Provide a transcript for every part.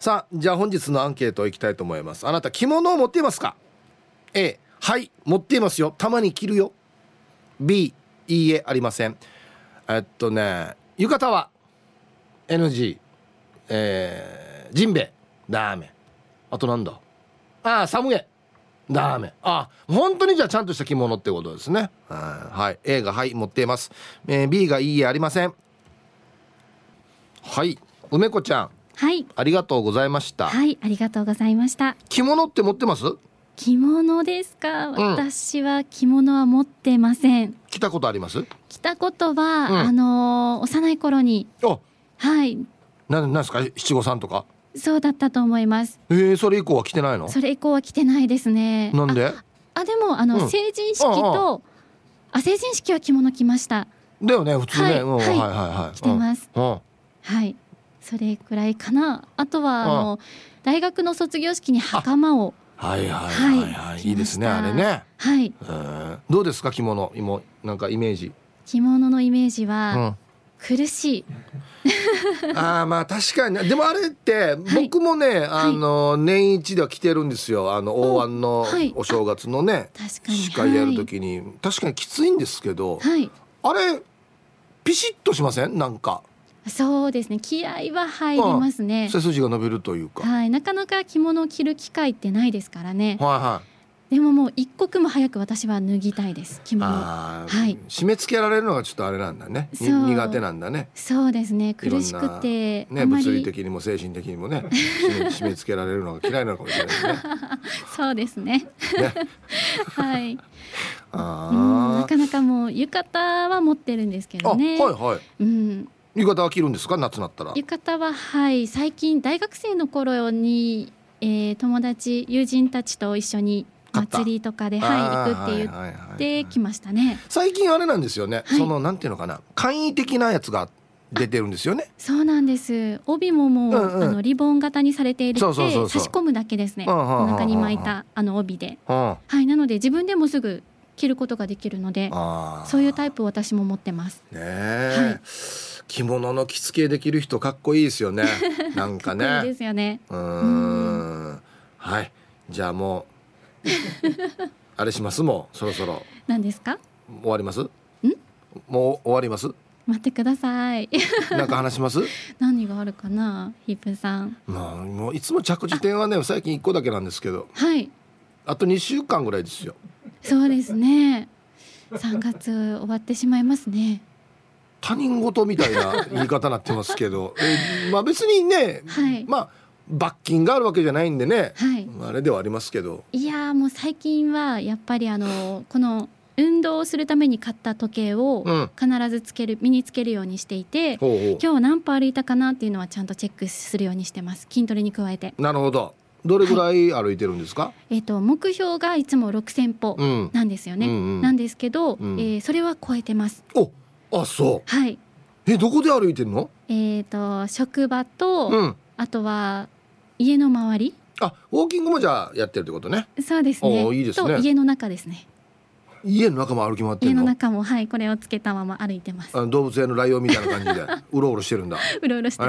さあじゃあ本日のアンケートいきたいと思います。あなた着物を持っていますか？ A はい持っていますよ、たまに着るよ。 B いいえありません。浴衣は NG、ジンベエダメ。あとなんだ、サムゲダメ。本当にじゃあちゃんとした着物ってことですね。はい、 A がはい持っています、B がいいえありません。はい、梅子ちゃん、 はい、 ありがとうございました。 はい、ありがとうございました。 着物って持ってます？ 着物ですか？私は着物は持ってません。 着たことあります？ 着たことは、幼い頃に、はい、 なんですか、七五三とか？ そうだったと思います。 それ以降は着てないの？ それ以降は着てないですね。 なんで？ でも成人式と成人式は着物着ました。 だよね普通ね。 着てます。はい、それくらいかな。あとは大学の卒業式に袴を、 いいですねあれね。 はい。 どうですか着物、今なんかイメージ？ 着物のイメージは、苦しい。 まあ確かに。でもあれって僕もね、年一では着てるんですよ。大湾のお正月のね、司会やるときに、確かにきついんですけど、あれピシッとしません？なんかそうですね、気合は入りますね。 背筋が伸びるというか、 なかなか着物を着る機会ってないですからね。でももう一刻も早く私は脱ぎたいです着物。 締め付けられるのがちょっとあれなんだね。苦手なんだね。 そうですね、苦しくてね、物理的にも精神的にもね締め付けられるのが嫌いなのかもしれないね。 そうですね。はい。なかなかもう浴衣は持ってるんですけどね。 浴衣は着るんですか？夏になったら。 浴衣は最近大学生の頃に、友達友人たちと一緒に祭りとかで、行くって言ってきましたね。 最近あれなんですよね、なんていうのかな、簡易的なやつが出てるんですよね。 そうなんです。帯ももう、リボン型にされているので、差し込むだけですね。お腹に巻いた帯で、なので自分でもすぐ着ることができるので、そういうタイプを私も持ってますね。 着物の着付けできる人かっこいいですよね。なんかね。 かっこいいですよね。 はい、じゃあもうあれします。もうそろそろ。 何ですか？ 終わります？もう終わります？ 待ってください。 なんか話します？ 何があるかな、ヒップさん。 もういつも着地点はね、最近1個だけなんですけど、あと2週間ぐらいですよ。そうですね。3月終わってしまいますね。 他人事みたいな言い方になってますけど、別にね、罰金があるわけじゃないんでね、あれではありますけど、 いやもう最近はやっぱりこの運動をするために買った時計を必ず身につけるようにしていて、今日何歩歩いたかなっていうのはちゃんとチェックするようにしてます。筋トレに加えて。なるほど。 どれぐらい歩いてるんですか？ 目標がいつも6000歩なんですよね。なんですけど、それは超えてます。 そう。どこで歩いてるの？ 職場と、あとは家の周り。 ウォーキングもじゃあやってるってことね。 そうですね。いいですね。と家の中ですね。 家の中も歩き回ってるの？ 家の中もこれをつけたまま歩いてます。 動物園のライオンみたいな感じでうろうろしてるんだ。 うろうろしてます。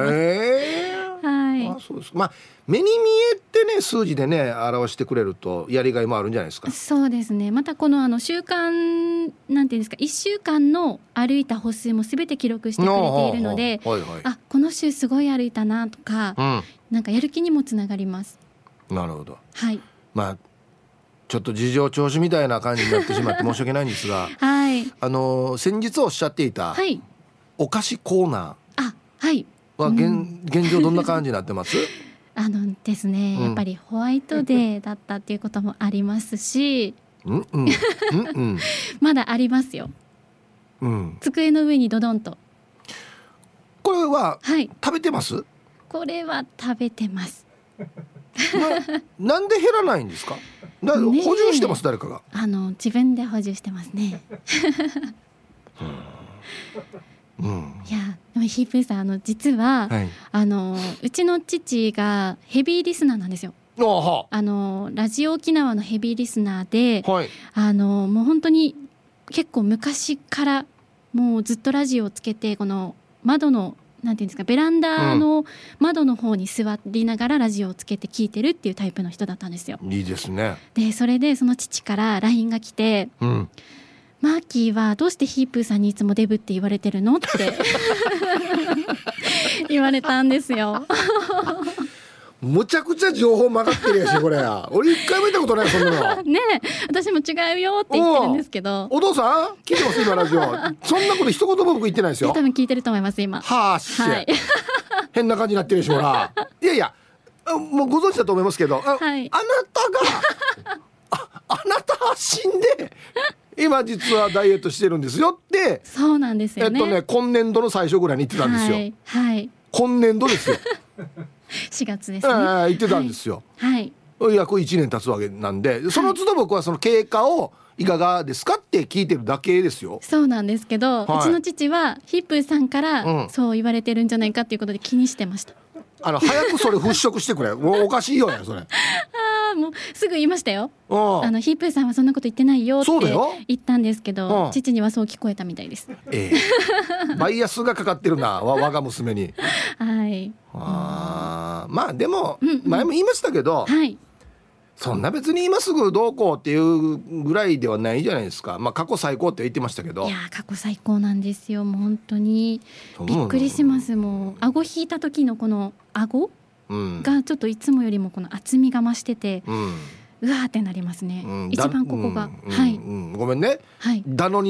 そうです。目に見えてね、数字でね表してくれるとやりがいもあるんじゃないですか。 そうですね。またこの習慣なんていうんですか、1週間の歩いた歩数もすべて記録してくれているので、この週すごい歩いたなとか、なんかやる気にもつながります。 なるほど。ちょっと事情聴取みたいな感じになってしまって申し訳ないんですが、先日おっしゃっていた、お菓子コーナーは現状どんな感じになってます？ ですね、やっぱりホワイトデーだったっていうこともありますし、まだありますよ。机の上にドドンと。 これは食べてます？ これは食べてます。 なんで減らないんですか？補充してます？誰かが。 自分で補充してますね。いやでもヒープーさん、実は、うちの父がヘビーリスナーなんですよ。ラジオ沖縄のヘビーリスナーで、もう本当に結構昔からもうずっとラジオをつけて、この窓のなんていうんですか、ベランダの窓の方に座りながらラジオをつけて聞いてるっていうタイプの人だったんですよ。 いいですね。 でそれでその父から LINE が来て、マーキーはどうしてヒープーさんにいつもデブって言われてるのって言われたんですよ。 むちゃくちゃ情報曲がってるやしこれ。俺一回も見たことないそんなの。 ねえ、私も違うよって言ってるんですけど。 お父さん聞いてます今ラジオ。そんなこと一言も僕言ってないですよ。 多分聞いてると思います今。 はあし、 はい、 変な感じになってるでしょうな。いやいやもうご存知だと思いますけど、はい、あなたがあなた発信で今実はダイエットしてるんですよって。 そうなんですよね。 今年度の最初ぐらいに言ってたんですよ。 はい、はい、 今年度ですよ。 4月ですね。 言ってたんですよ。 はい。 約1年経つわけなんで、その都度僕はその経過をいかがですかって聞いてるだけですよ。 そうなんですけど、うちの父はヒップーさんからそう言われてるんじゃないかっていうことで気にしてました。 早くそれ払拭してくれ。もうおかしいよねそれ。 もうすぐ言いましたよ。ヒープーさんはそんなこと言ってないよって言ったんですけど、父にはそう聞こえたみたいです。 バイアスがかかってるな我が娘に。 はい。 まあでも、前も言いましたけど、はい、そんな別に今すぐどうこうっていうぐらいではないじゃないですか。過去最高って言ってましたけど。 いや過去最高なんですよ。もう本当にびっくりします。もう顎引いた時のこの顎がちょっといつもよりもこの厚みが増してて、うわーってなりますね。一番ここが、はい、 ごめんね、はい、だのに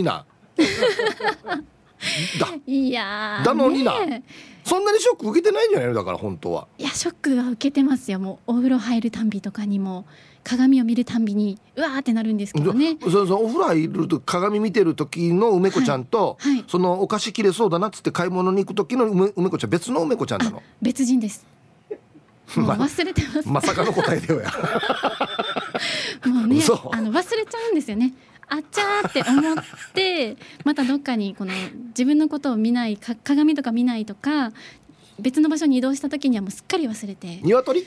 ないやだのにな、そんなにショック受けてないんじゃないのだから本当は。 いやショックは受けてますよ。もうお風呂入るたんびとかにも鏡を見るたんびにうわーってなるんですけどね。 そうお風呂入ると鏡見てる時の梅子ちゃんと、はいはい、そのお菓子切れそうだなっつって買い物に行く時の梅子ちゃん別の梅子ちゃんなの。 別人です。もう忘れてます。 まさかの答えでよや。 もうね忘れちゃうんですよね。あっちゃーって思ってまたどっかにこの自分のことを見ない鏡とか見ないとか別の場所に移動した時にはもうすっかり忘れて。 鶏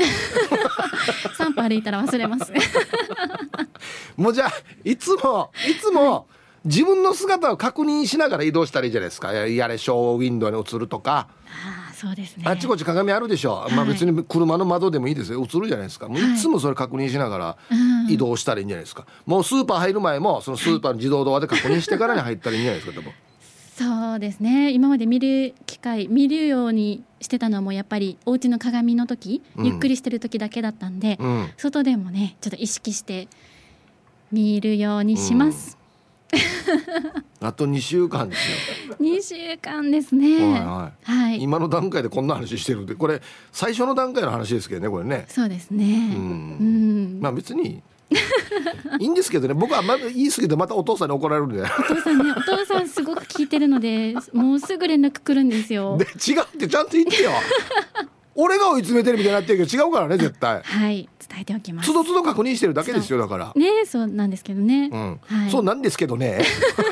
3歩歩いたら忘れます。 もうじゃあいつも自分の姿を確認しながら移動したらいいじゃないですか。やれショーウィンドウに映るとか。 そうですね、 あっちこっち鏡あるでしょ、はい、別に車の窓でもいいですよ。映るじゃないですか。もういつもそれ確認しながら移動したらいいんじゃないですか。もうスーパー入る前もそのスーパーの自動ドアで確認してからに入ったらいいんじゃないですか。多分そうですね。今まで見る機会見るようにしてたのもやっぱりお家の鏡の時、ゆっくりしてる時だけだったんで、外でもねちょっと意識して見るようにします。 あと2週間ですよ。 2週間ですね。はい、 今の段階でこんな話してるんでこれ最初の段階の話ですけどねこれね。 そうですね。 別にいいんですけどね。僕はまだ言い過ぎてまたお父さんに怒られるんで。お父さんすごく聞いてるのでもうすぐ連絡来るんですよ。 で違うってちゃんと言ってよ。俺が追い詰めてるみたいになってるけど違うからね絶対。 はい伝えておきます。 つどつど確認してるだけですよ。だからねそうなんですけどね、 そうなんですけどね。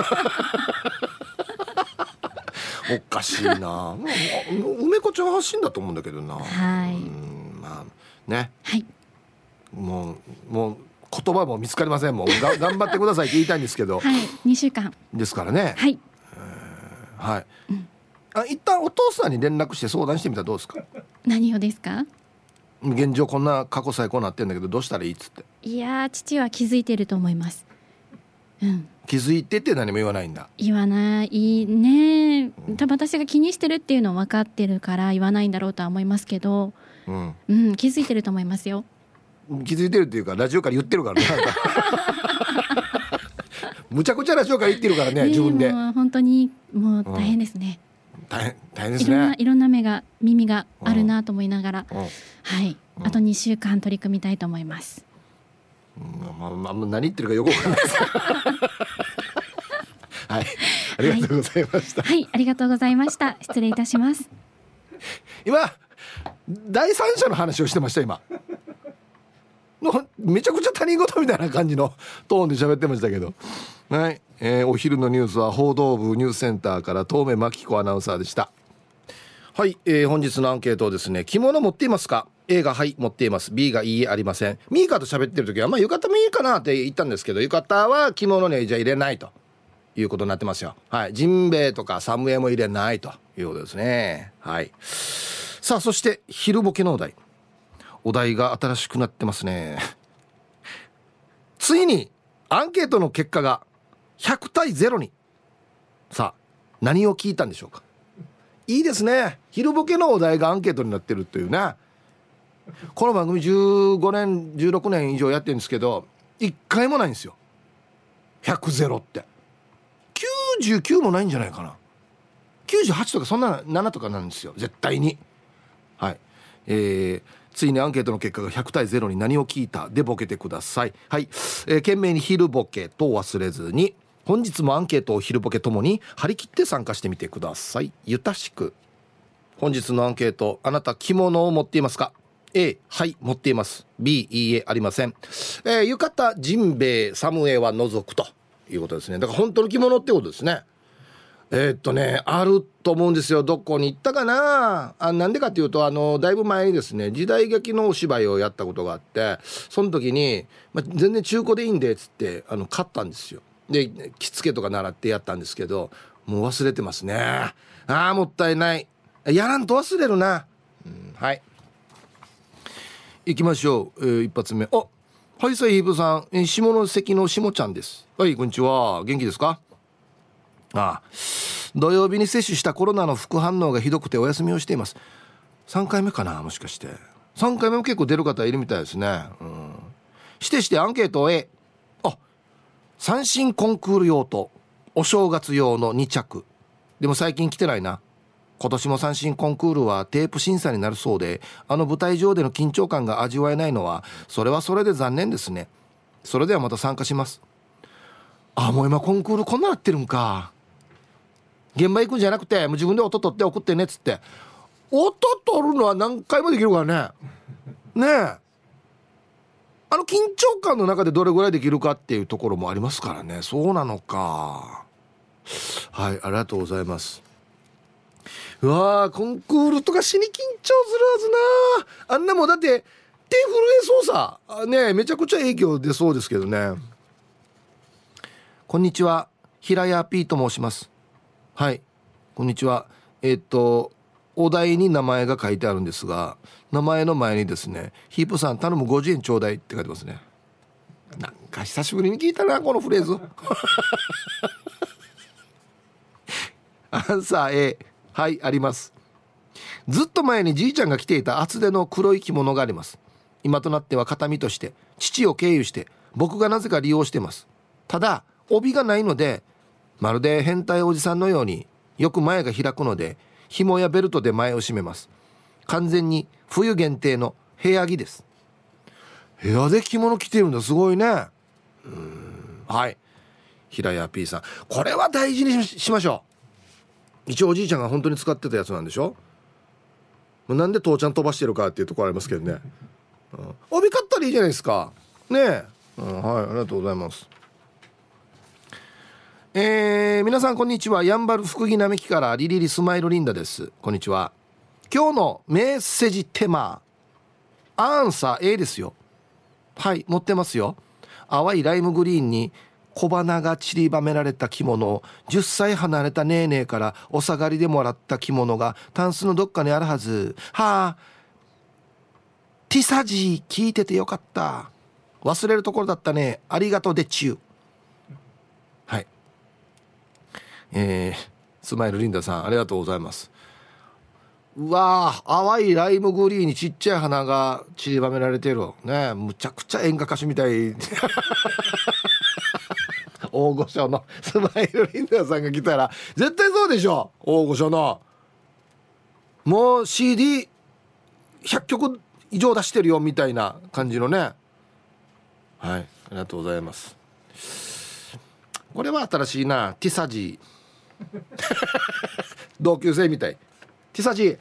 おかしいな。梅子ちゃん発信だと思うんだけどな。まあね、はい、もう言葉も見つかりません。もう頑張ってくださいって言いたいんですけど、 はい、2週間ですからね。 はい、 はい、一旦お父さんに連絡して相談してみたらどうですか。 何をですか。 現状こんな過去最高になってんだけどどうしたらいいっつって。 いや父は気づいてると思います。 気づいてって何も言わないんだ。 言わないね。多分私が気にしてるっていうのは分かってるから言わないんだろうとは思いますけど、気づいてると思いますよ。 気づいてるっていうかラジオから言ってるからね。むちゃくちゃラジオから言ってるからね自分で。 もう本当にもう大変ですね。 大変ですね。 いろんな耳があるなと思いながら、はい、あと2週間取り組みたいと思います。 何言ってるかよくわかんないです。はい、ありがとうございました。 はい、ありがとうございました。失礼いたします。 今第三者の話をしてました。今めちゃくちゃ他人事みたいな感じのトーンで喋ってましたけど、はい、お昼のニュースは報道部ニュースセンターから遠目真紀子アナウンサーでした。はい、本日のアンケートをですね。着物持っていますか。 A がはい持っています。 B がいいえありません。ミーカと喋ってる時は浴衣もいいかなって言ったんですけど、浴衣は着物にじゃ入れないということになってますよ。はい、ジンベエとかサムエも入れないということですね。はい。さあ、そして昼ボケのお題が新しくなってますね。ついにアンケートの結果が100対0に。さあ、何を聞いたんでしょうか。いいですね、昼ボケのお題がアンケートになってるというね。この番組15年16年以上やってるんですけど、1回もないんですよ、100ゼロって。99もないんじゃないかな。98とかそんな7とかなんですよ、絶対に。はい、ついにアンケートの結果が100対0に。何を聞いたでボケてください。はい、懸命に昼ボケと忘れずに、本日もアンケートを昼ボケともに張り切って参加してみてください。ゆたしく。本日のアンケート、あなた着物を持っていますか。 A、 はい持っています。 B、 いいえありません。浴衣、ジンベエ、サムエは除くということですね。だから本当の着物ってことですね。あると思うんですよ。どこに行ったかな。なんでかっていうと、だいぶ前にですね、時代劇のお芝居をやったことがあって、その時に、全然中古でいいんでっつって買ったんですよ。で着付けとか習ってやったんですけど、もう忘れてますね。もったいない。やらんと忘れるな。はい、行きましょう。一発目、はいさいヒープさん、下関の下ちゃんです。はい、こんにちは。元気ですか。土曜日に接種したコロナの副反応がひどくてお休みをしています。3回目かな、もしかして。3回目も結構出る方いるみたいですね。してアンケートを A、三振コンクール用とお正月用の2着。でも最近来てないな。今年も三振コンクールはテープ審査になるそうで、舞台上での緊張感が味わえないのはそれはそれで残念ですね。それではまた参加します。もう今コンクールこんななってるんか。現場行くんじゃなくて、もう自分で音取って送ってねっつって。音取るのは何回もできるからね。ねえ、緊張感の中でどれぐらいできるかっていうところもありますからね。そうなのか。はい、ありがとうございます。うわー、コンクールとか死に緊張するはずな。あんなもんだって手震えそうさね。めちゃくちゃ影響出そうですけどね。こんにちは、平谷 P と申します。はい、こんにちは。お題に名前が書いてあるんですが、名前の前にですね、ヒープさん頼む50円ちょうだいって書いてますね。なんか久しぶりに聞いたな、このフレーズ。アンサー A、 はいあります。ずっと前にじいちゃんが着ていた厚手の黒い着物があります。今となっては形見として父を経由して僕がなぜか利用してます。ただ帯がないので、まるで変態おじさんのようによく前が開くので、紐やベルトで前を締めます。完全に冬限定の部屋着です。部屋で着物着てるんだ、すごいね。はい、平谷 P さん、これは大事に しましょう。一応おじいちゃんが本当に使ってたやつなんでしょ。なんで父ちゃん飛ばしてるかっていうところありますけどね。帯買ったらいいじゃないですかねえ。はい、ありがとうございます。皆さんこんにちは。やんばる福木並木からリリリスマイルリンダです。こんにちは。今日のメッセージテーマ、アンサー A ですよ。はい、持ってますよ。淡いライムグリーンに小花が散りばめられた着物を10歳離れたネーネーからお下がりでもらった着物がタンスのどっかにあるはず。ティサジー聞いててよかった。忘れるところだったね。ありがとうでちゅう。はい、スマイルリンダさんありがとうございます。うわー、淡いライムグリーンにちっちゃい花が散りばめられてるね。むちゃくちゃ演歌歌手みたい。大御所のスマイルリンダさんが来たら絶対そうでしょ。大御所のもう CD100 曲以上出してるよみたいな感じのね。はい、ありがとうございます。これは新しいな。ティサジー。同級生みたい。ティサジー。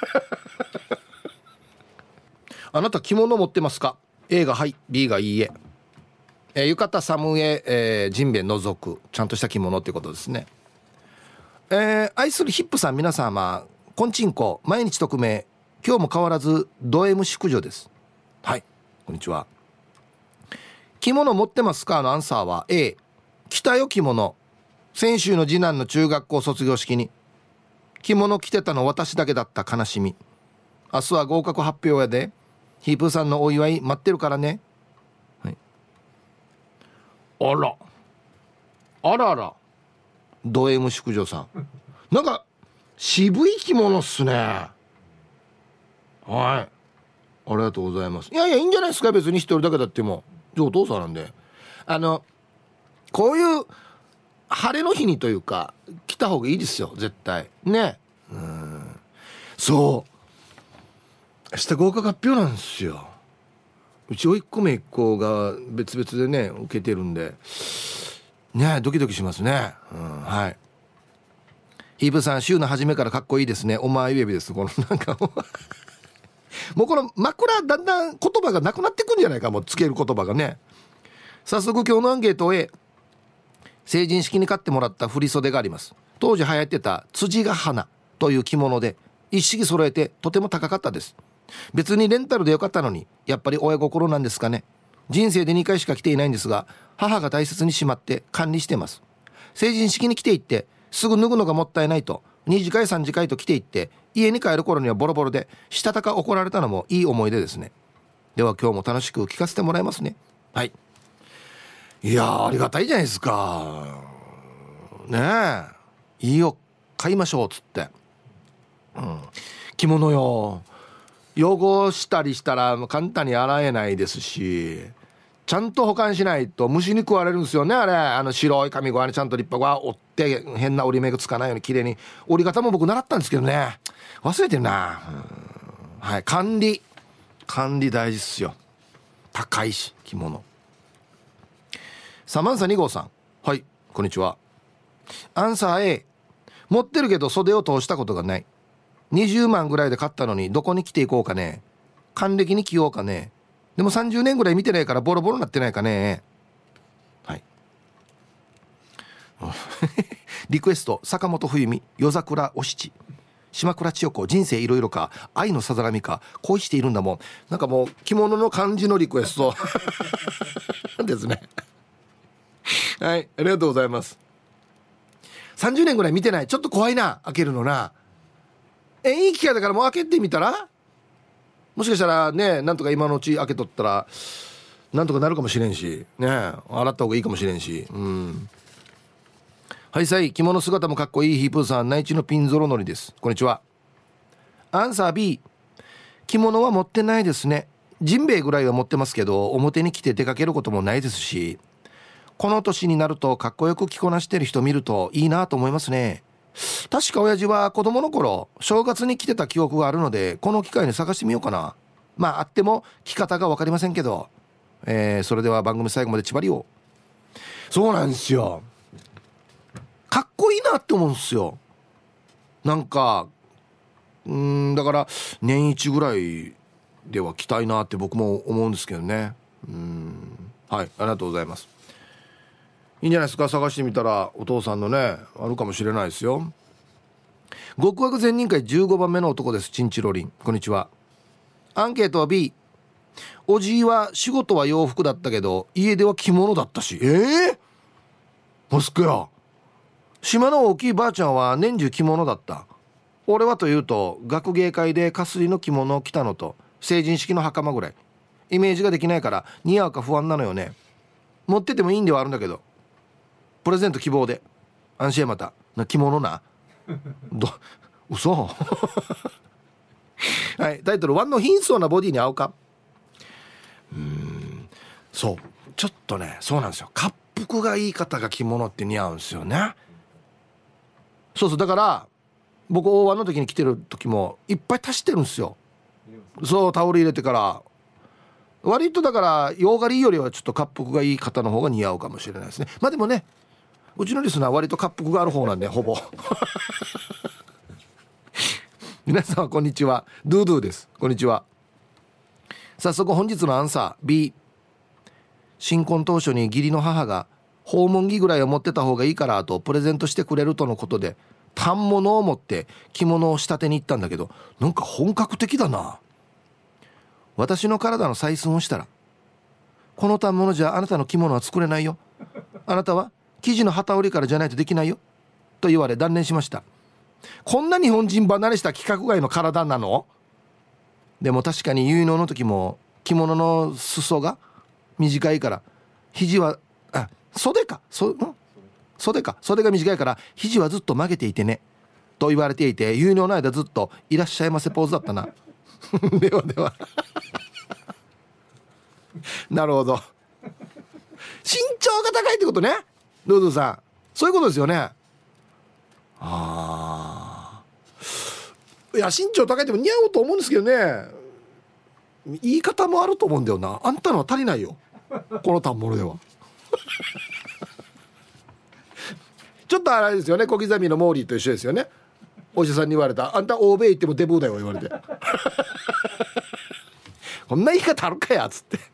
あなた着物持ってますか。 A がはい、 B がいいえ。浴衣、サムエ、ジンベエ除くちゃんとした着物ってことですね。愛するヒップさん、皆様こんちんこ、毎日匿名、今日も変わらずド M 淑女です。はい、こんにちは。着物持ってますかのアンサーは A、 着たよ着物。 先週の次男の中学校卒業式に着物着てたの私だけだった悲しみ。明日は合格発表やで、ヒープーさんのお祝い待ってるからね、はい、あらあらあら、ド M 宿女さんなんか渋い着物っすね。はい、ありがとうございます。いやいや、いいんじゃないですか、別に一人だけだってもお父さんなんで。こういう晴れの日にというか着た方がいいですよ絶対ね。そう明日合格発表なんですよ。うち甥っ子姪っ子が別々でね受けてるんでね、ドキドキしますね、はい。ヒープさん、週の初めからかっこいいですね。お前ウェビです。このなんかもうこの枕だんだん言葉がなくなってくんじゃないか、もうつける言葉がね。早速今日のアンケートへ。成人式に買ってもらった振袖があります。当時流行ってた辻ヶ花という着物で一式揃えてとても高かったです。別にレンタルでよかったのに、やっぱり親心なんですかね。人生で2回しか着ていないんですが、母が大切にしまって管理してます。成人式に着ていってすぐ脱ぐのがもったいないと2次会3次会と着ていって家に帰る頃にはボロボロでしたたか怒られたのもいい思い出ですね。では今日も楽しく聞かせてもらいますね。はい。いやー、ありがたいじゃないですかね。えいいよ買いましょうっつって、着物よ、汚したりしたら簡単に洗えないですし、ちゃんと保管しないと虫に食われるんですよね。あれ白い紙ごわにちゃんと立派ごわ折って変な折り目がつかないように綺麗に折り方も僕習ったんですけどね、忘れてるな。はい、管理大事っすよ。高いし着物。サマンサ2号さん、はい、こんにちは。アンサー A、 持ってるけど袖を通したことがない。20万ぐらいで買ったのにどこに着ていこうかね。還暦に着ようかね。でも30年ぐらい見てないからボロボロになってないかね。はいリクエスト、坂本冬美、夜桜お七、島倉千代子、人生いろいろか、愛のさざ波か、恋しているんだもん。なんかもう着物の漢字のリクエストですねはい、ありがとうございます。30年ぐらい見てない、ちょっと怖いな、開けるのな。いい機会だからもう開けてみたら、もしかしたらね、なんとか今のうち開けとったらなんとかなるかもしれんしね、洗った方がいいかもしれんし。はい、さい、着物姿もかっこいいヒープーさん、内地のピンゾロのりです。こんにちは。アンサー B、 着物は持ってないですね。ジンベエぐらいは持ってますけど表に着て出かけることもないですし、この年になるとかっこよく着こなしてる人見るといいなと思いますね。確か親父は子供の頃正月に着てた記憶があるので、この機会に探してみようかな。まああっても着方が分かりませんけど、それでは番組最後まで縛りを。そうなんですよ、かっこいいなって思うんですよ。なんかだから年一ぐらいでは着たいなって僕も思うんですけどね。はい、ありがとうございます。いいんじゃないですか、探してみたらお父さんのねあるかもしれないですよ。極悪善人会15番目の男です。チンチロリン、こんにちは。アンケートは B、 おじいは仕事は洋服だったけど家では着物だったし。マスクや。島の大きいばあちゃんは年中着物だった。俺はというと学芸会でかすりの着物を着たのと成人式の袴ぐらい。イメージができないから似合うか不安なのよね。持っててもいいんではあるんだけど、プレゼント希望で。安心また着物な嘘はい、タイトル、ワンの貧相なボディに合うか。そう、ちょっとね、そうなんですよ、恰幅がいい方が着物って似合うんですよね。そうだから僕大和の時に着てる時もいっぱい足してるんですよ。そう、タオル入れてから。割とだから洋刈りよりはちょっと恰幅がいい方の方が似合うかもしれないですね。まあでもね、うちのリスナーは割と恰幅がある方なんでほぼ皆さんこんにちは、ドゥドゥです。こんにちは。早速本日のアンサー B、 新婚当初に義理の母が訪問着ぐらいを持ってた方がいいからとプレゼントしてくれるとのことで反物を持って着物を仕立てに行ったんだけど、なんか本格的だな。私の体の採寸をしたら、この反物じゃあなたの着物は作れないよ、あなたは生地の機織りからじゃないとできないよと言われ断念しました。こんな日本人離れした規格外の体なの？でも確かに結納の時も着物の裾が短いから肘は袖が短いから肘はずっと曲げていてねと言われていて、結納の間ずっといらっしゃいませポーズだったなではではなるほど、身長が高いってことね、ルードさん、そういうことですよね。いや身長高いっても似合うと思うんですけどね、言い方もあると思うんだよな。あんたのは足りないよこの反物ではちょっとあれですよね、小刻みのモーリーと一緒ですよね。お医者さんに言われた、あんた欧米行ってもデブーだよ言われてこんな言い方あるかやつって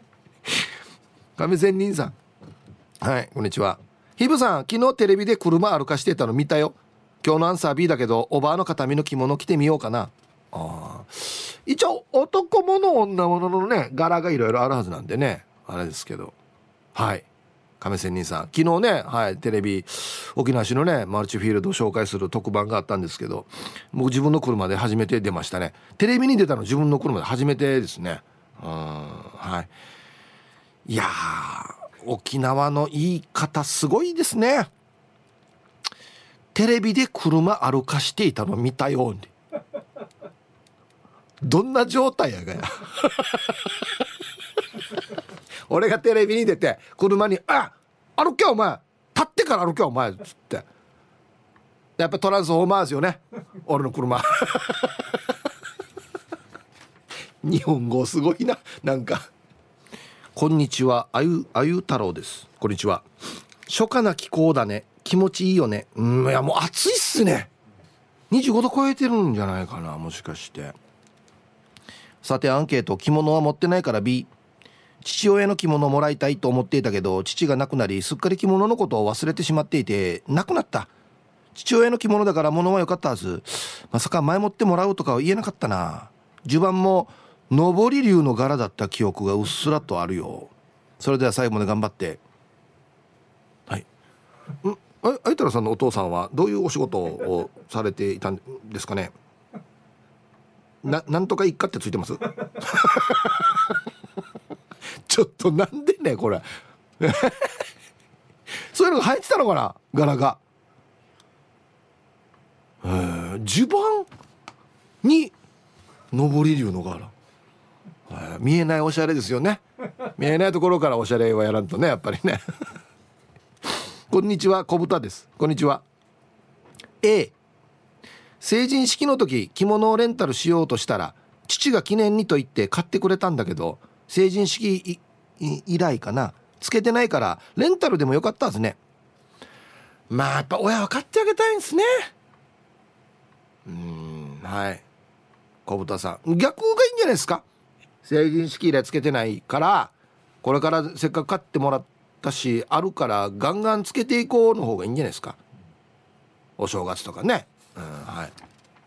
亀仙人さん、はい、こんにちは。ヒブさん、昨日テレビで車歩かしてたの見たよ。今日のアンサー B だけど、おばあの形見の着物着てみようかな。一応男物女物のね柄がいろいろあるはずなんでね、あれですけど、はい、亀仙人さん、昨日ね、はい、テレビ沖縄市のねマルチフィールドを紹介する特番があったんですけど、もう自分の車で初めて出ましたね。テレビに出たの自分の車で初めてですね。はい、いや沖縄の言い方すごいですね。テレビで車歩かしていたの見たようにどんな状態やがや俺がテレビに出て車に歩けお前、立ってから歩けお前っつって、やっぱトランスフォーマーですよね俺の車日本語すごいな。なんかこんにちは、あゆ太郎です。こんにちは。初夏な気候だね、気持ちいいよね。いやもう暑いっすね。25度超えてるんじゃないかな、もしかして。さてアンケート、着物は持ってないから B。 父親の着物をもらいたいと思っていたけど、父が亡くなりすっかり着物のことを忘れてしまっていてなくなった。父親の着物だから物は良かったはず。まさか前もってもらうとかは言えなかったな。襦袢も上り竜の柄だった記憶がうっすらとあるよ。それでは最後まで頑張って。はい。あいたらさんのお父さんはどういうお仕事をされていたんですかね。なんとか一家ってついてますちょっとなんでねこれそういうのが入ってたのかな、柄が。襦袢に上り竜の柄、見えないおしゃれですよね。見えないところからおしゃれはやらんとね、やっぱりねこんにちは、小豚です。こんにちは。 A、成人式の時着物をレンタルしようとしたら父が記念にと言って買ってくれたんだけど、成人式以来かな、つけてないからレンタルでもよかったですね。まあやっぱ親は買ってあげたいんですね。はい、小豚さん逆がいいんじゃないですか。成人式以来つけてないからこれからせっかく買ってもらったしあるからガンガンつけていこうの方がいいんじゃないですか、お正月とかね。はい。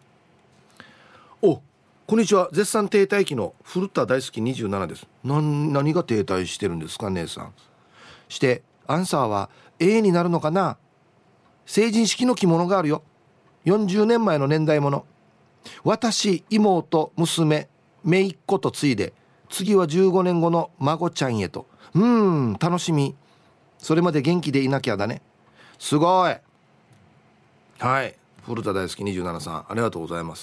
お、こんにちは。絶賛停滞期の古田大好き27です。何が停滞してるんですか姉さん。してアンサーは A になるのかな。成人式の着物があるよ。40年前の年代物。私、妹、娘、姪っ子と継いで次は15年後の孫ちゃんへと。楽しみ。それまで元気でいなきゃだね。すごい。はい、古田大好き27さんありがとうございます。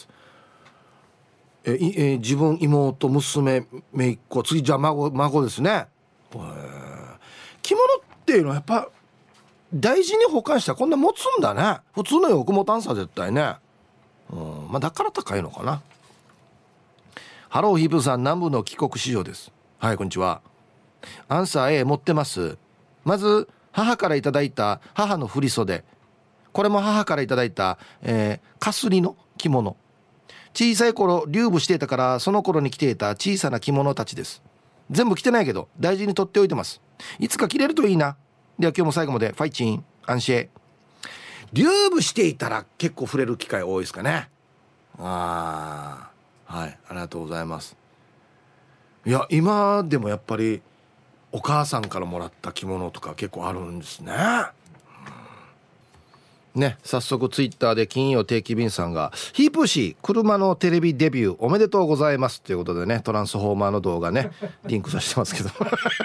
自分、妹、娘、姪っ子、次じゃあ孫ですね。着物っていうのはやっぱ大事に保管したらこんな持つんだね。普通の洋服持たんさ絶対ね。だから高いのかな。ハローヒープさん、南部の帰国子女です。はい、こんにちは。アンサー A 持ってます。まず母からいただいた母の振袖、これも母からいただいた、かすりの着物。小さい頃留舞していたからその頃に着ていた小さな着物たちです。全部着てないけど大事に取っておいてます。いつか着れるといいな。では今日も最後までファイチンアンシェ。留舞していたら結構触れる機会多いですかね。はい、ありがとうございます。いや今でもやっぱりお母さんからもらった着物とか結構あるんですね。ね、早速ツイッターで金曜定期便さんがヒープーシー車のテレビデビューおめでとうございますということでね、トランスフォーマーの動画ねリンクさせてますけど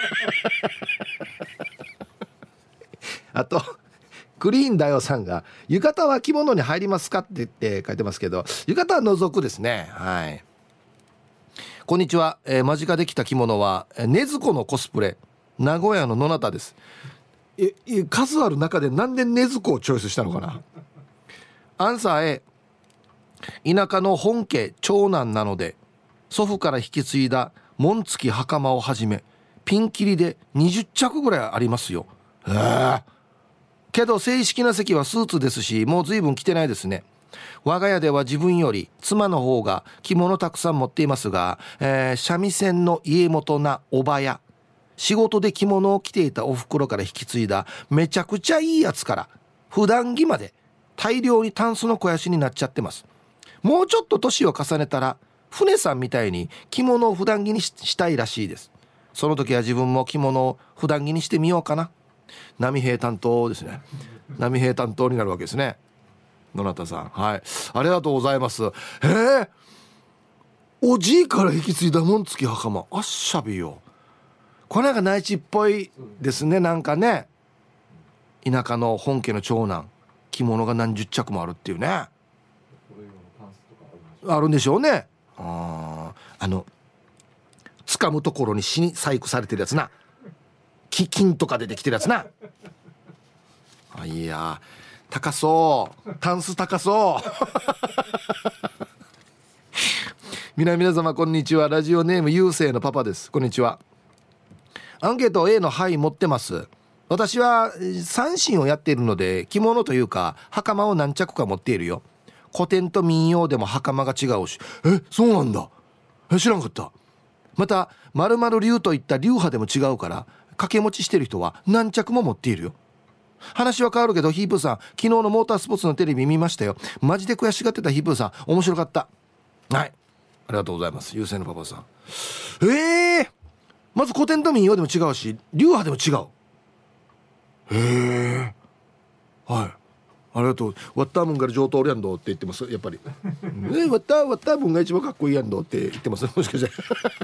あとクリーンだよさんが浴衣は着物に入りますかって言って書いてますけど、浴衣は除くですね。はい、こんにちは、間近で着た着物は禰豆子のコスプレ名古屋の野中です。数ある中でなんで禰豆子をチョイスしたのかな。アンサー A、 田舎の本家長男なので祖父から引き継いだ紋付き袴をはじめピンキリで20着ぐらいありますよ。けど正式な席はスーツですし、もう随分着てないですね。我が家では自分より妻の方が着物たくさん持っていますが、三味線の家元なおばや仕事で着物を着ていたお袋から引き継いだめちゃくちゃいいやつから普段着まで大量にタンスの肥やしになっちゃってます。もうちょっと年を重ねたら船さんみたいに着物を普段着にしたいらしいです。その時は自分も着物を普段着にしてみようかな。波平担当ですね。波平担当になるわけですね。野中さん、はい、ありがとうございます。おじいから引き継いだ紋付き袴、あっしゃびよ。これなんか内地っぽいですね。なんかね、田舎の本家の長男着物が何十着もあるっていうね。あるんでしょうね。掴むところに細工されてるやつな、金とかでできてるやつな。いや高そう、タンス高そう皆様こんにちは。ラジオネームゆうせいのパパです。こんにちは。アンケート A のはい持ってます。私は三線をやっているので着物というか袴を何着か持っているよ。古典と民謡でも袴が違うし。そうなんだ。知らんかった。また〇〇流といった流派でも違うから掛け持ちしてる人は何着も持っているよ。話は変わるけどヒープーさん、昨日のモータースポーツのテレビ見ましたよ。マジで悔しがってたヒープーさん、面白かった。はい、ありがとうございます。優勢のパパさん。まず古典と民謡でも違うし流派でも違う。はい、ありがとう。ワッタームンが上等やんどって言ってます。やっぱりワッタームンが一番かっこいいやんどって言ってます。もしかして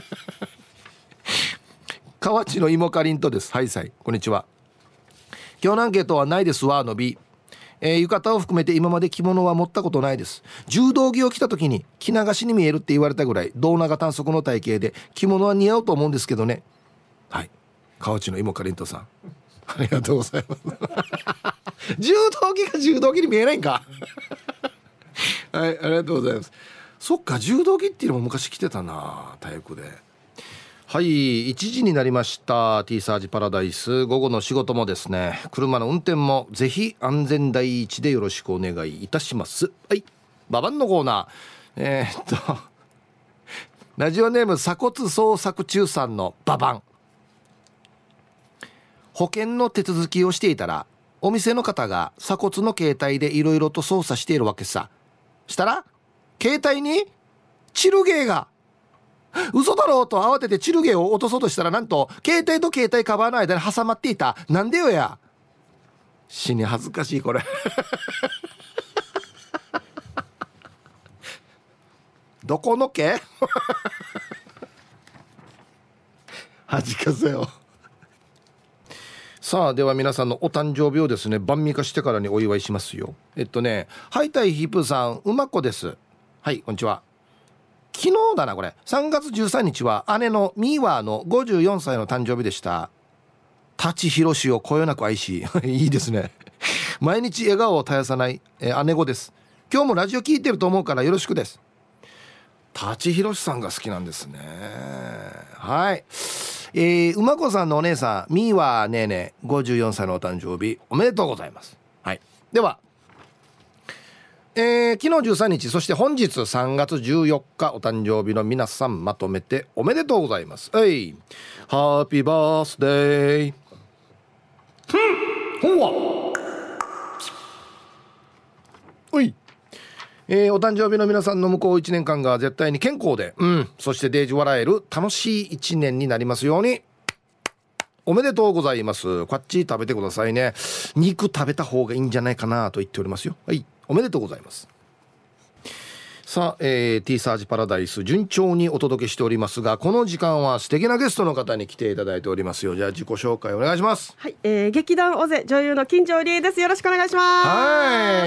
河内の芋かりんとです。はいさい、こんにちは。今日のアンケートはないですわの B、浴衣を含めて今まで着物は持ったことないです。柔道着を着た時に着流しに見えるって言われたぐらい胴長短足の体型で着物は似合うと思うんですけどね。はい、河内の芋かりんとさん、ありがとうございます柔道着が柔道着に見えないんかはい、ありがとうございます。そっか、柔道着っていうのも昔着てたな、体育で。はい、1時になりました。 T サージパラダイス、午後の仕事もですね、車の運転もぜひ安全第一でよろしくお願いいたします。はい、ババンのコーナー。ラジオネーム鎖骨捜索中さんのババン。保険の手続きをしていたらお店の方が鎖骨の携帯でいろいろと操作しているわけさ。したら携帯にチルゲーが、嘘だろうと慌ててチルゲーを落とそうとしたら、なんと携帯と携帯カバーの間に挟まっていた。なんでよや。死に恥ずかしいこれどこの毛恥かせよ。さあ、では皆さんのお誕生日をですね、晩御飯してからにお祝いしますよ。はいたいヒープーさん、うまこです。はい、こんにちは。昨日だなこれ、3月13日は姉のミーワーの54歳の誕生日でした。舘ひろしをこよなく愛しいいですね毎日笑顔を絶やさない、姉子です。今日もラジオ聞いてると思うからよろしくです。舘ひろしさんが好きなんですね。はい、馬子さんのお姉さんミーワーねえねえ54歳のお誕生日おめでとうございます。はい、では昨日13日、そして本日3月14日お誕生日の皆さん、まとめておめでとうございます。ハッピーバースデー。ほわおい、お誕生日の皆さんの向こう1年間が絶対に健康で、そしてデージ笑える楽しい1年になりますように。 おめでとうございます。こっち食べてくださいね。肉食べた方がいいんじゃないかなと言っておりますよ。はい、おめでとうございます。さあ、T サージパラダイス順調にお届けしておりますが、この時間は素敵なゲストの方に来ていただいておりますよ。じゃあ自己紹介お願いします。 はい、劇団オゼ女優の金城理恵です。よろしくお願いします。 はい、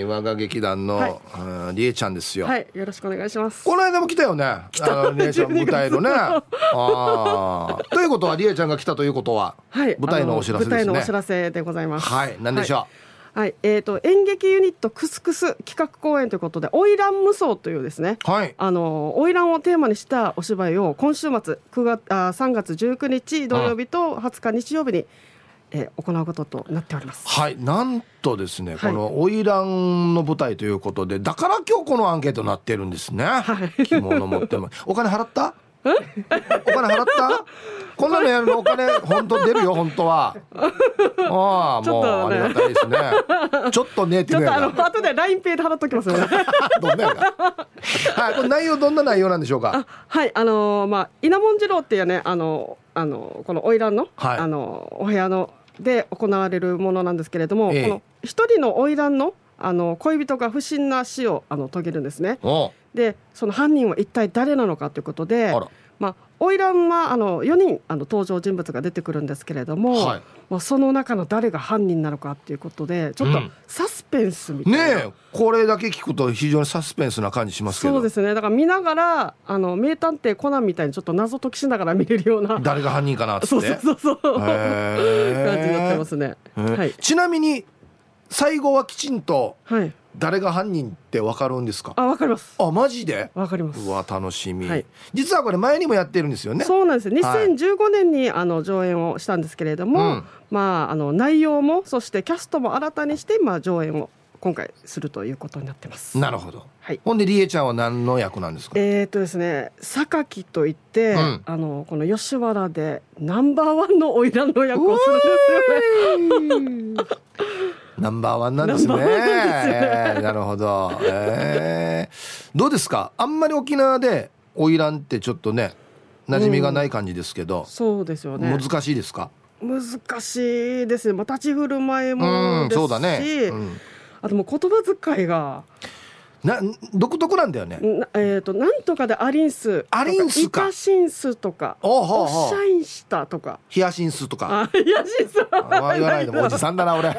我が劇団の、はい、理恵ちゃんですよ。 はい、よろしくお願いします。 この間も来たよね。理恵ちゃん舞台のねということは理恵ちゃんが来たということは、はい、舞台のお知らせですね。 舞台のお知らせでございます。 はい、何でしょう。はいはい、演劇ユニットクスクス企画公演ということで、花魁無双というですね、はい、花魁をテーマにしたお芝居を今週末3月19日土曜日と20日日曜日に、行うこととなっております。 はい、なんとですね、この花魁の舞台ということで、だから今日このアンケートになってるんですね。はい、着物持ってもお金払ったお金払ったこんなのやるのお金本当出るよ本当は。ああ、もうありがたいですね。ちょっとねって言うやつ、後で LINEPay で払っときますよね。 どんなやかはい、これ内容どんな内容なんでしょうか。 はい、稲門次郎っていうね、この花魁の、はい、お部屋ので行われるものなんですけれども、この一人の花魁の恋人が不審な死を遂げるんですね。でその犯人は一体誰なのかということで、花魁は4人登場人物が出てくるんですけれども、はい、その中の誰が犯人なのかということで、ちょっとサスペンスみたいな、 ねえ、これだけ聞くと非常にサスペンスな感じしますけど。 そうですね、だから見ながら名探偵コナンみたいにちょっと謎解きしながら見れるような、 誰が犯人かなってそう感じになってますね。はい、 ちなみに最後はきちんと、はい、誰が犯人って分かるんですか。 分かります。 マジで分かります。 うわ楽しみ、はい、実はこれ前にもやってるんですよね。 そうなんです。2015年に上演をしたんですけれども、内容もそしてキャストも新たにして、上演を今回するということになってます。 なるほど、 はい、 ほんで理恵ちゃんは何の役なんですか。 ですね、榊といって、この吉原でナンバーワンの花魁の役をするんですよね。 ナンバーワンなんですね。なるほど、どうですか。あんまり沖縄で花魁ってちょっとね馴染みがない感じですけど、 そうですよね。 難しいですか。 難しいですね。立ち振る舞いもですし、そうだね、あともう言葉遣いが独特なんだよね。 なんとかでアリンスとかイカシンスとかおっしゃいんしたとかヒヤシンスとか。 ヒヤシンスは言わないでもおじさんだな俺。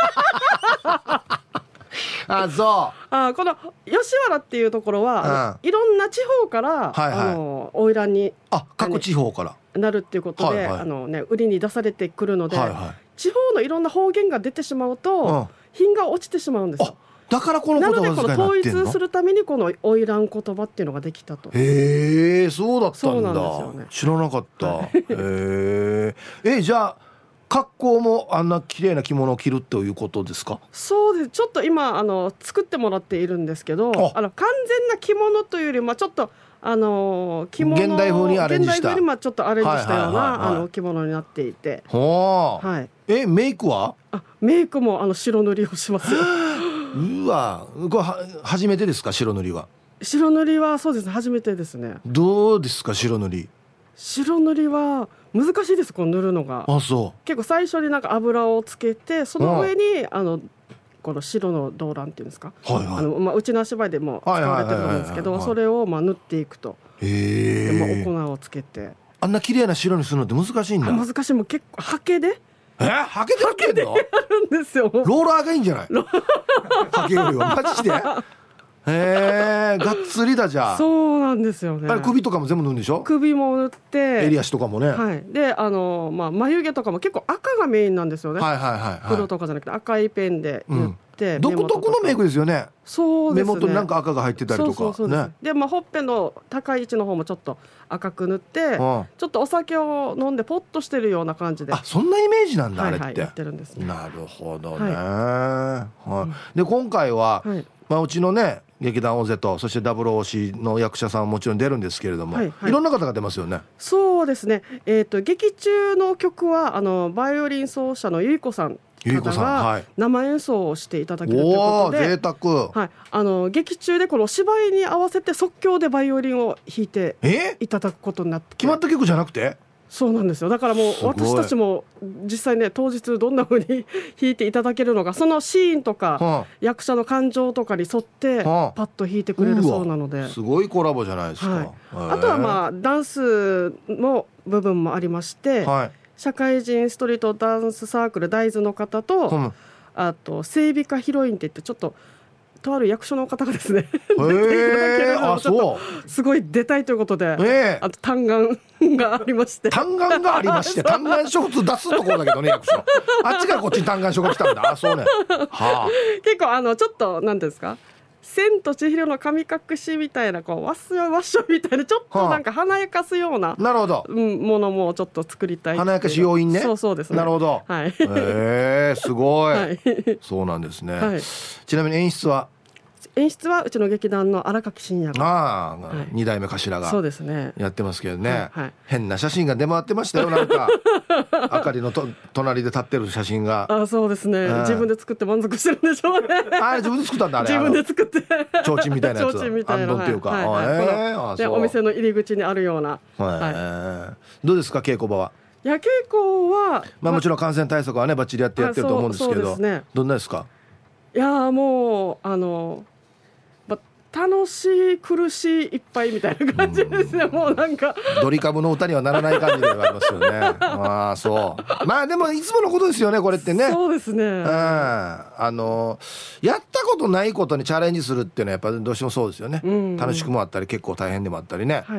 そうこの吉原っていうところは、いろんな地方から、花魁に各地方からなるっていうことで、売りに出されてくるので、地方のいろんな方言が出てしまうと、品が落ちてしまうんですよ。 だからこの言葉遣いになってんの。 なのでこの統一するためにこの花魁言葉っていうのができたと。 へえ、そうだったんだ。 そうなんですよね。 知らなかった。へえ。じゃあ格好もあんな綺麗な着物を着るということですか。 そうです。ちょっと今作ってもらっているんですけど、完全な着物というよりちょっと着物現代風にアレンジした、 現代風にちょっとアレンジしたような着物になっていて、 はい、メイクはメイクも白塗りをしますよ。 うわ、これ初めてですか。白塗りは。 白塗りはそうですね、初めてですね。 どうですか白塗り。 白塗りは難しいです。こう塗るのが。 そう結構最初になんか油をつけて、その上にこの白の動乱っていうんですか、うちの芝居でも使われてると思うんですけど、それを塗っていくと。で、粉をつけてあんな綺麗な白にするのって難しいんだ。 難しい。もう結構ハケでハケでやってんの。 やるんですよ。 ローラーがいいんじゃない。ハケよりはマジで。がっつりだ。じゃあそうなんですよね。 あれ首とかも全部塗るんでしょ。 首も塗って襟足とかもね。 はい。で眉毛とかも結構赤がメインなんですよね。黒とかじゃなくて赤いペンで塗って、 独特のメイクですよね。 そうですね。 目元になんか赤が入ってたりとか。 そうね。でほっぺの高い位置の方もちょっと赤く塗って、ちょっとお酒を飲んでポッとしてるような感じで。 そんなイメージなんだ、あれって。 やってるんですね。 なるほどね。で今回はうちのね劇団オゼとそして WOC の役者さんはもちろん出るんですけれども、いろんな方が出ますよね。そうですね。 劇中の曲はバイオリン奏者のゆいこさん方が生演奏をしていただけるということで、 贅沢。 劇中でこの芝居に合わせて即興でバイオリンを弾いていただくことになって。 決まった曲じゃなくて。 そうなんですよ。だからもう私たちも実際ね当日どんな風に弾いていただけるのか、そのシーンとか、役者の感情とかに沿ってパッと弾いてくれるそうなので、 すごいコラボじゃないですか、 あとはまあダンスの部分もありまして、社会人ストリートダンスサークル大豆の方と、あと整備課ヒロインって言ってちょっととある役所の方がですねすごい出たいということで、あと単眼がありまして、単眼書普通出すところだけどね、役所あっちからこっちに単眼書が来たんだ。そうね、 結構ちょっと何ですか、千と千尋の神隠しみたいな、こうわっしょみたいな、ちょっとなんか華やかすような、 なるほど、 ものもちょっと作りたい。 華やかし要因ね。 そうですね。 なるほど。すごい。そうなんですね。ちなみに演出はうちの劇団の荒垣真也が、2代目頭がそうですねやってますけどね、変な写真が出回ってましたよ。なんかあかりの隣で立ってる写真が。 そうですね、自分で作って満足してるんでしょうね。 自分で作ったんだ。あれ自分で作って提灯みたいなやつ、 提灯みたいな、 っていうか、 お店の入り口にあるような。 どうですか、稽古場は。 いや、稽古はもちろん感染対策はねバッチリやってると思うんですけど、どんなですか。 いや、もう楽しい苦しいいっぱいみたいな感じですね。もうなんかドリカムの歌にはならない感じではありますよね。そうでもいつものことですよね、これってね。 そうですね。 やったことないことにチャレンジするっていうのはやっぱりどうしてもそうですよね。楽しくもあったり結構大変でもあったりね。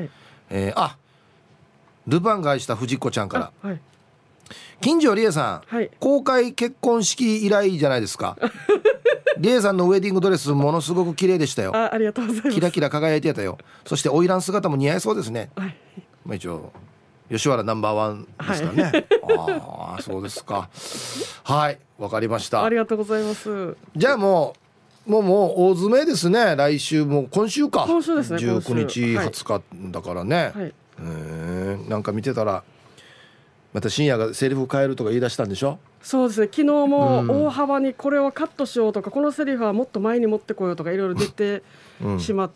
ルパンが愛した藤子ちゃんから、金城理恵さん、公開結婚式以来じゃないですか。リエさんのウェディングドレスものすごく綺麗でしたよ。 ありがとうございます。 キラキラ輝いてたよ。そして花魁姿も似合いそうですね。一応吉原ナンバーワンですからね。そうですか。はい、わかりました。 ありがとうございます。 じゃあもう大詰めですね。来週も今週か。 今週ですね。 19日20日だからね。なんか見てたらまた深夜がセリフ変えるとか言い出したんでしょ。 そうですね、昨日も大幅にこれはカットしようとか、このセリフはもっと前に持ってこようとかいろいろ出てしまって、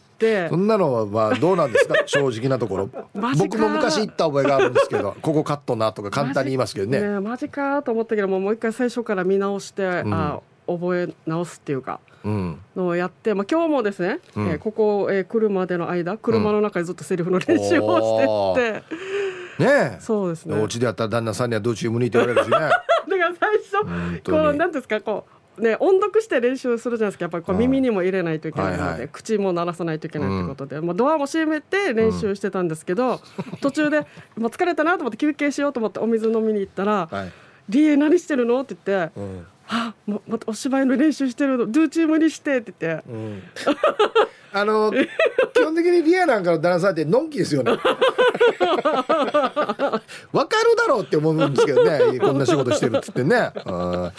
そんなのはどうなんですか。正直なところ僕も昔言った覚えがあるんですけどここカットなとか簡単に言いますけどね。 マジかと思ったけどもう一回最初から見直して、覚え直すっていうかのをやって、今日もですね、ここ、来るまでの間車の中でずっとセリフの練習をしてって、そうですね。 お家でやったら旦那さんにはどっち向いて言われるしね。 だから最初何ですか、音読して練習するじゃないですか。やっぱり耳にも入れないといけないので、口も鳴らさないといけないということで、ドアも閉めて練習してたんですけど、途中でもう疲れたなと思って休憩しようと思ってお水飲みに行ったら「リエ何してるの?」って言って「またお芝居の練習してるのドゥチームにして」って言って。 基本的にリアなんかの旦那さんってのんきですよね。わかるだろうって思うんですけどね。こんな仕事してるっつってね。はい、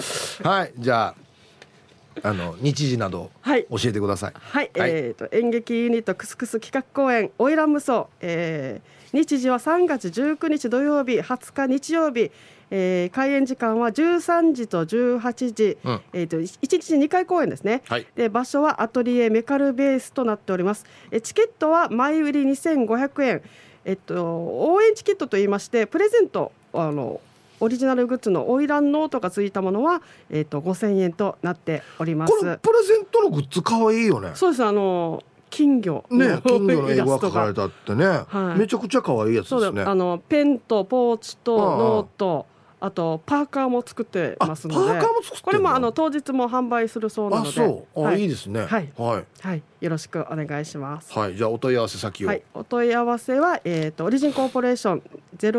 じゃあ日時など教えてください。 演劇ユニットクスクス企画公演花魁無双、日時は3月19日土曜日、20日日曜日、開演時間は13時と18時、1日2回公演ですね。で場所はアトリエメカルベースとなっております。チケットは前売り2500円、応援チケットといいまして、プレゼントオリジナルグッズの花魁ノートがついたものは、5000円となっております。 これプレゼントのグッズかわいいよね。 そうです。金魚の英語が書かれたってね、めちゃくちゃ可愛いやつですね。 ペンとポーチとノート、あとパーカーも作ってますので、これも当日も販売するそうなので、 いいですね。 よろしくお願いします。 じゃあお問い合わせ先を。 お問い合わせはオリジンコーポレーション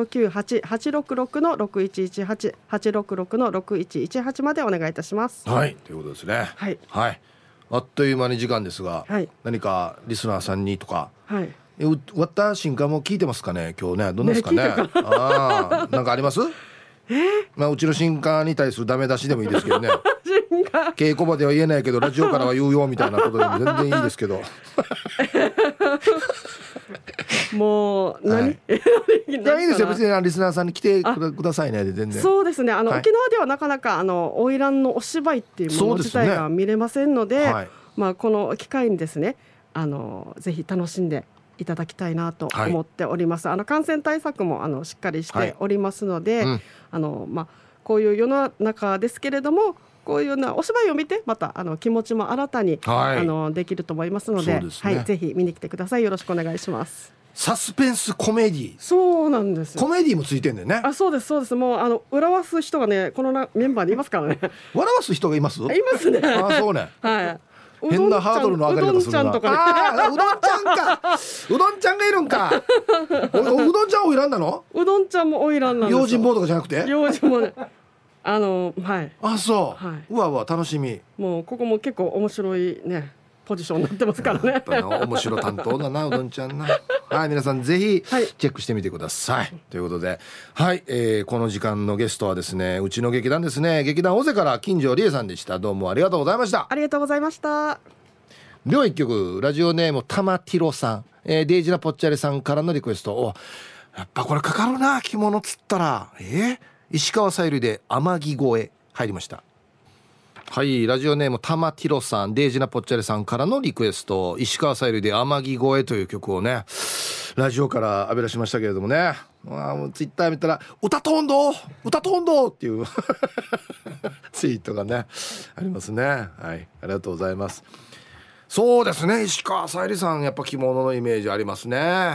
098-866-6118 866-6118 までお願いいたします。 ということですね。あっという間に時間ですが、何かリスナーさんにとか、終わった瞬間も聞いてますかね。今日ねどんなですかね。なんかあります？うちの新刊に対するダメ出しでもいいですけどね。稽古場では言えないけどラジオからは言うよみたいなことでも全然いいですけど。 もう何、いやいいですよ、別にリスナーさんに来てくださいねで全然。 そうですね、沖縄ではなかなか花魁のお芝居っていうもの自体が見れませんので、この機会にですねぜひ楽しんでいただきたいなと思っております。感染対策もしっかりしておりますので、こういう世の中ですけれども、こういうようなお芝居を見てまた気持ちも新たに、できると思いますので、ぜひ見に来てください。よろしくお願いします。 サスペンスコメディ。 そうなんです。 コメディもついてんだよね。 そうですそうです。もう笑わす人がね、このメンバーにいますからね。 笑わす人がいます？いますね。 そうね。 はい。 変なハードルの上がり方するな。 うどんちゃんとかね。 うどんちゃんか。うどんちゃんがいるんか。うどんちゃんおいらんなの？ うどんちゃんもおいらんなんですよ。 用心棒とかじゃなくて？用心棒ね。 はい。 そう。うわうわ楽しみ。 もうここも結構面白いねポジションになってますからね。 やっぱり面白担当だなうどんちゃんな。はい、皆さんぜひチェックしてみてください。ということで、はい、この時間のゲストはですね、うちの劇団ですね、劇団尾瀬から金城理恵さんでした。どうもありがとうございました。 ありがとうございました。 では一曲、ラジオネーム玉ティロさん、デイジナポッチャレさんからのリクエスト。やっぱこれかかるな、着物つったら。石川さゆりで天城越え入りました。はい、ラジオネーム玉ティロさん、デイジナポッチャレさんからのリクエスト、石川さゆりで天城越えという曲をね、ラジオから浴び出しましたけれどもね、ツイッター見たら歌とんどっていうツイートがねありますね。はい、ありがとうございます。そうですね、石川さゆりさんやっぱ着物のイメージありますね。はい。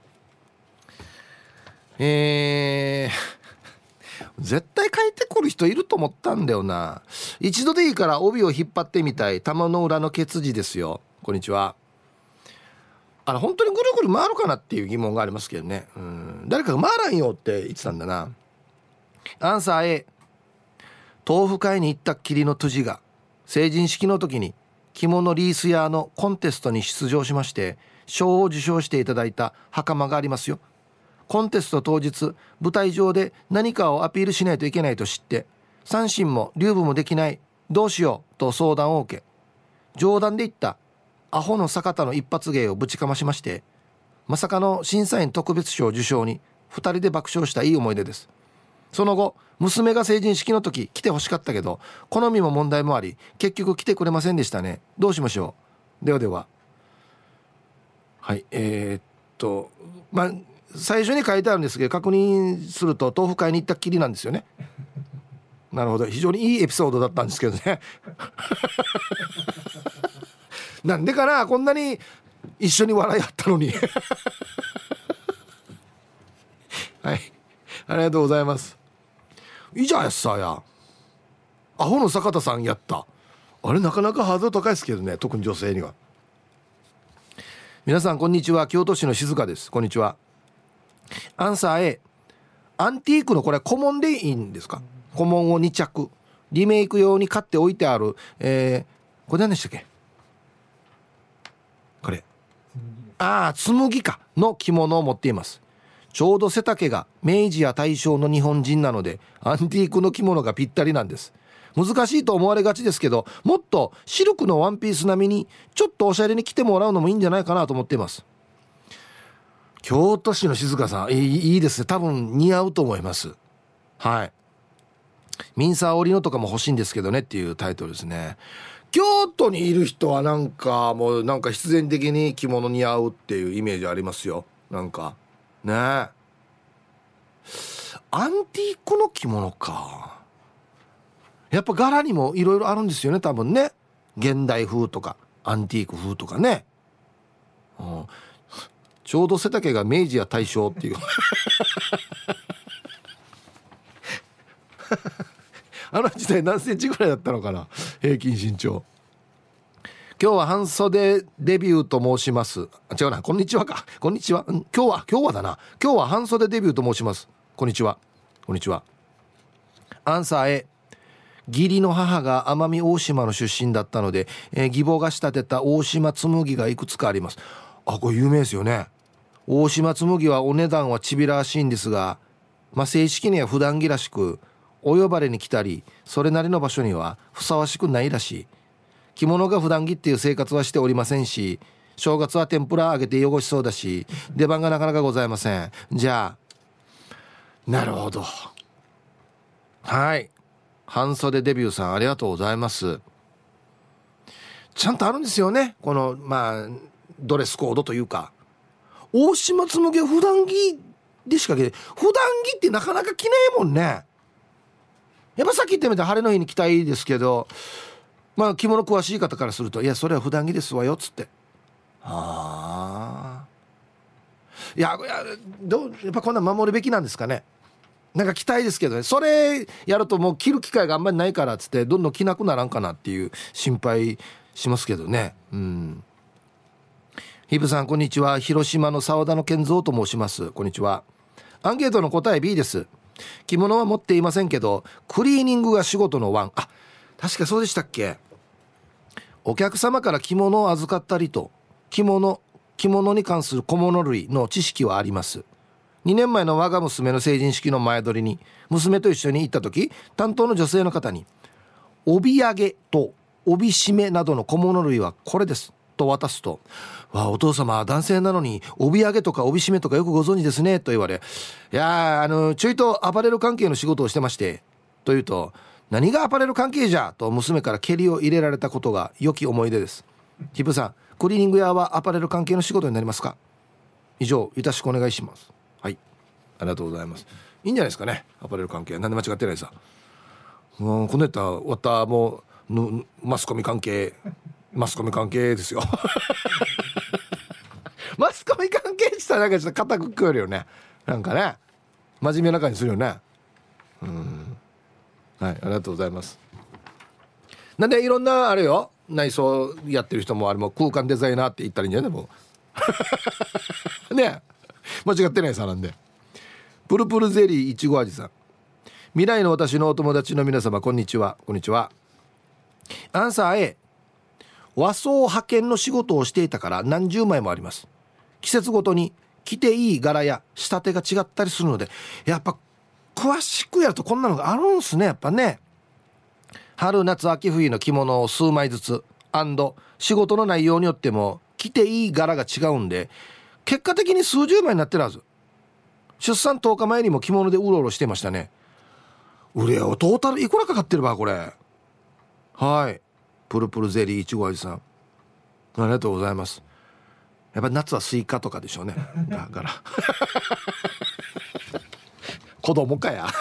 絶対帰ってくる人いると思ったんだよな。一度でいいから帯を引っ張ってみたい玉の裏のケツジですよ。こんにちは。本当にぐるぐる回るかなっていう疑問がありますけどね。誰かが回らんよって言ってたんだな。アンサー A。 豆腐会に行ったっきりのトゥジが成人式の時に着物リース屋のコンテストに出場しまして賞を受賞していただいた袴がありますよ。コンテスト当日、舞台上で何かをアピールしないといけないと知って、三振も竜舞もできない、どうしようと相談を受け、冗談で言ったアホの坂田の一発芸をぶちかましまして、まさかの審査員特別賞受賞に2人で爆笑したいい思い出です。その後、娘が成人式の時来てほしかったけど好みも問題もあり結局来てくれませんでしたね。どうしましょう。ではでは。はい、最初に書いてあるんですけど、確認すると豆腐買いに行ったっきりなんですよね。なるほど、非常にいいエピソードだったんですけどねなんでかな、こんなに一緒に笑いあったのにはい、ありがとうございます。いいじゃんやっさや、アホの坂田さんやった。あれなかなかハードル高いですけどね、特に女性には。皆さんこんにちは、京都市の静香です。こんにちは。アンサー A。 アンティークのこれ古文でいいんですか。古文を2着リメイク用に買っておいてある、これ何でしたっけ、これ紬かの着物を持っています。ちょうど背丈が明治や大正の日本人なのでアンティークの着物がぴったりなんです。難しいと思われがちですけど、もっとシルクのワンピース並みにちょっとおしゃれに着てもらうのもいいんじゃないかなと思っています。京都市の静香さん、いいですね。多分似合うと思います。はい。ミンサー織のとかも欲しいんですけどねっていうタイトルですね。京都にいる人はなんかもうなんか必然的に着物似合うっていうイメージありますよ。なんかねえ、アンティークの着物か。やっぱ柄にもいろいろあるんですよね、多分ね。現代風とかアンティーク風とかね。ちょうど背丈が明治や大正っていうあの時代何センチぐらいだったのかな、平均身長。今日は半袖デビューと申します。違うな、こんにちはか。こんにちは。今日はだな。今日は半袖デビューと申します。こんにちは。こんにちは。アンサー A。 義理の母が奄美大島の出身だったので、義母が仕立てた大島紬がいくつかあります。これ有名ですよね。大島紬はお値段はちびらしいんですが、正式には普段着らしく、お呼ばれに来たりそれなりの場所にはふさわしくないらしい。着物が普段着っていう生活はしておりませんし、正月は天ぷら揚げて汚しそうだし、出番がなかなかございません。じゃあ、なるほど。はい、半袖デビューさんありがとうございます。ちゃんとあるんですよね、このドレスコードというか、大島紬は普段着でしか着ない。普段着ってなかなか着ないもんね。やっぱさっき言ったみたいに晴れの日に着たいですけど、まあ着物詳しい方からすると、いやそれは普段着ですわよっつって、やっぱこんな守るべきなんですかね。なんか着たいですけどね、それやるともう着る機会があんまりないからっつってどんどん着なくならんかなっていう心配しますけどね。ヒブさんこんにちは。広島の沢田の健三と申します。こんにちは。アンケートの答え B です。着物は持っていませんけどクリーニングが仕事のワン。確かそうでしたっけ。お客様から着物を預かったりと着物に関する小物類の知識はあります。2年前の我が娘の成人式の前撮りに娘と一緒に行った時、担当の女性の方に帯揚げと帯締めなどの小物類はこれですと渡すと、お父様男性なのに帯揚げとか帯締めとかよくご存知ですねと言われ、いやちょいとアパレル関係の仕事をしてましてと言うと、何がアパレル関係じゃと娘から蹴りを入れられたことが良き思い出です。ヒブさん、クリーニング屋はアパレル関係の仕事になりますか。以上、よろしくお願いします。はい、ありがとうございます。いいんじゃないですかね、アパレル関係。なんで間違ってないさ。このやったら終わったもうマスコミ関係ですよマスコミ関係したらなんかちょっと固く食えるよね。なんかね真面目な感じするよね。はい、ありがとうございます。なんでいろんなあれよ、内装やってる人もあれも空間デザイナーって言ったらいいんじゃないもうね、間違ってないさ。なんでプルプルゼリーいちご味さん、未来の私のお友達の皆様こんにちは。こんにちは。アンサー A、 和装派遣の仕事をしていたから何十枚もあります。季節ごとに着ていい柄や仕立てが違ったりするので、やっぱ詳しくやるとこんなのがあるんすね、やっぱね。春夏秋冬の着物を数枚ずつ仕事の内容によっても着ていい柄が違うんで、結果的に数十枚になってるはず。出産10日前にも着物でうろうろしてましたね。うれよ、トータルいくらかかってるばこれ。はい、プルプルゼリーいちご味さん、ありがとうございます。やっぱ夏はスイカとかでしょうね。だから子供かや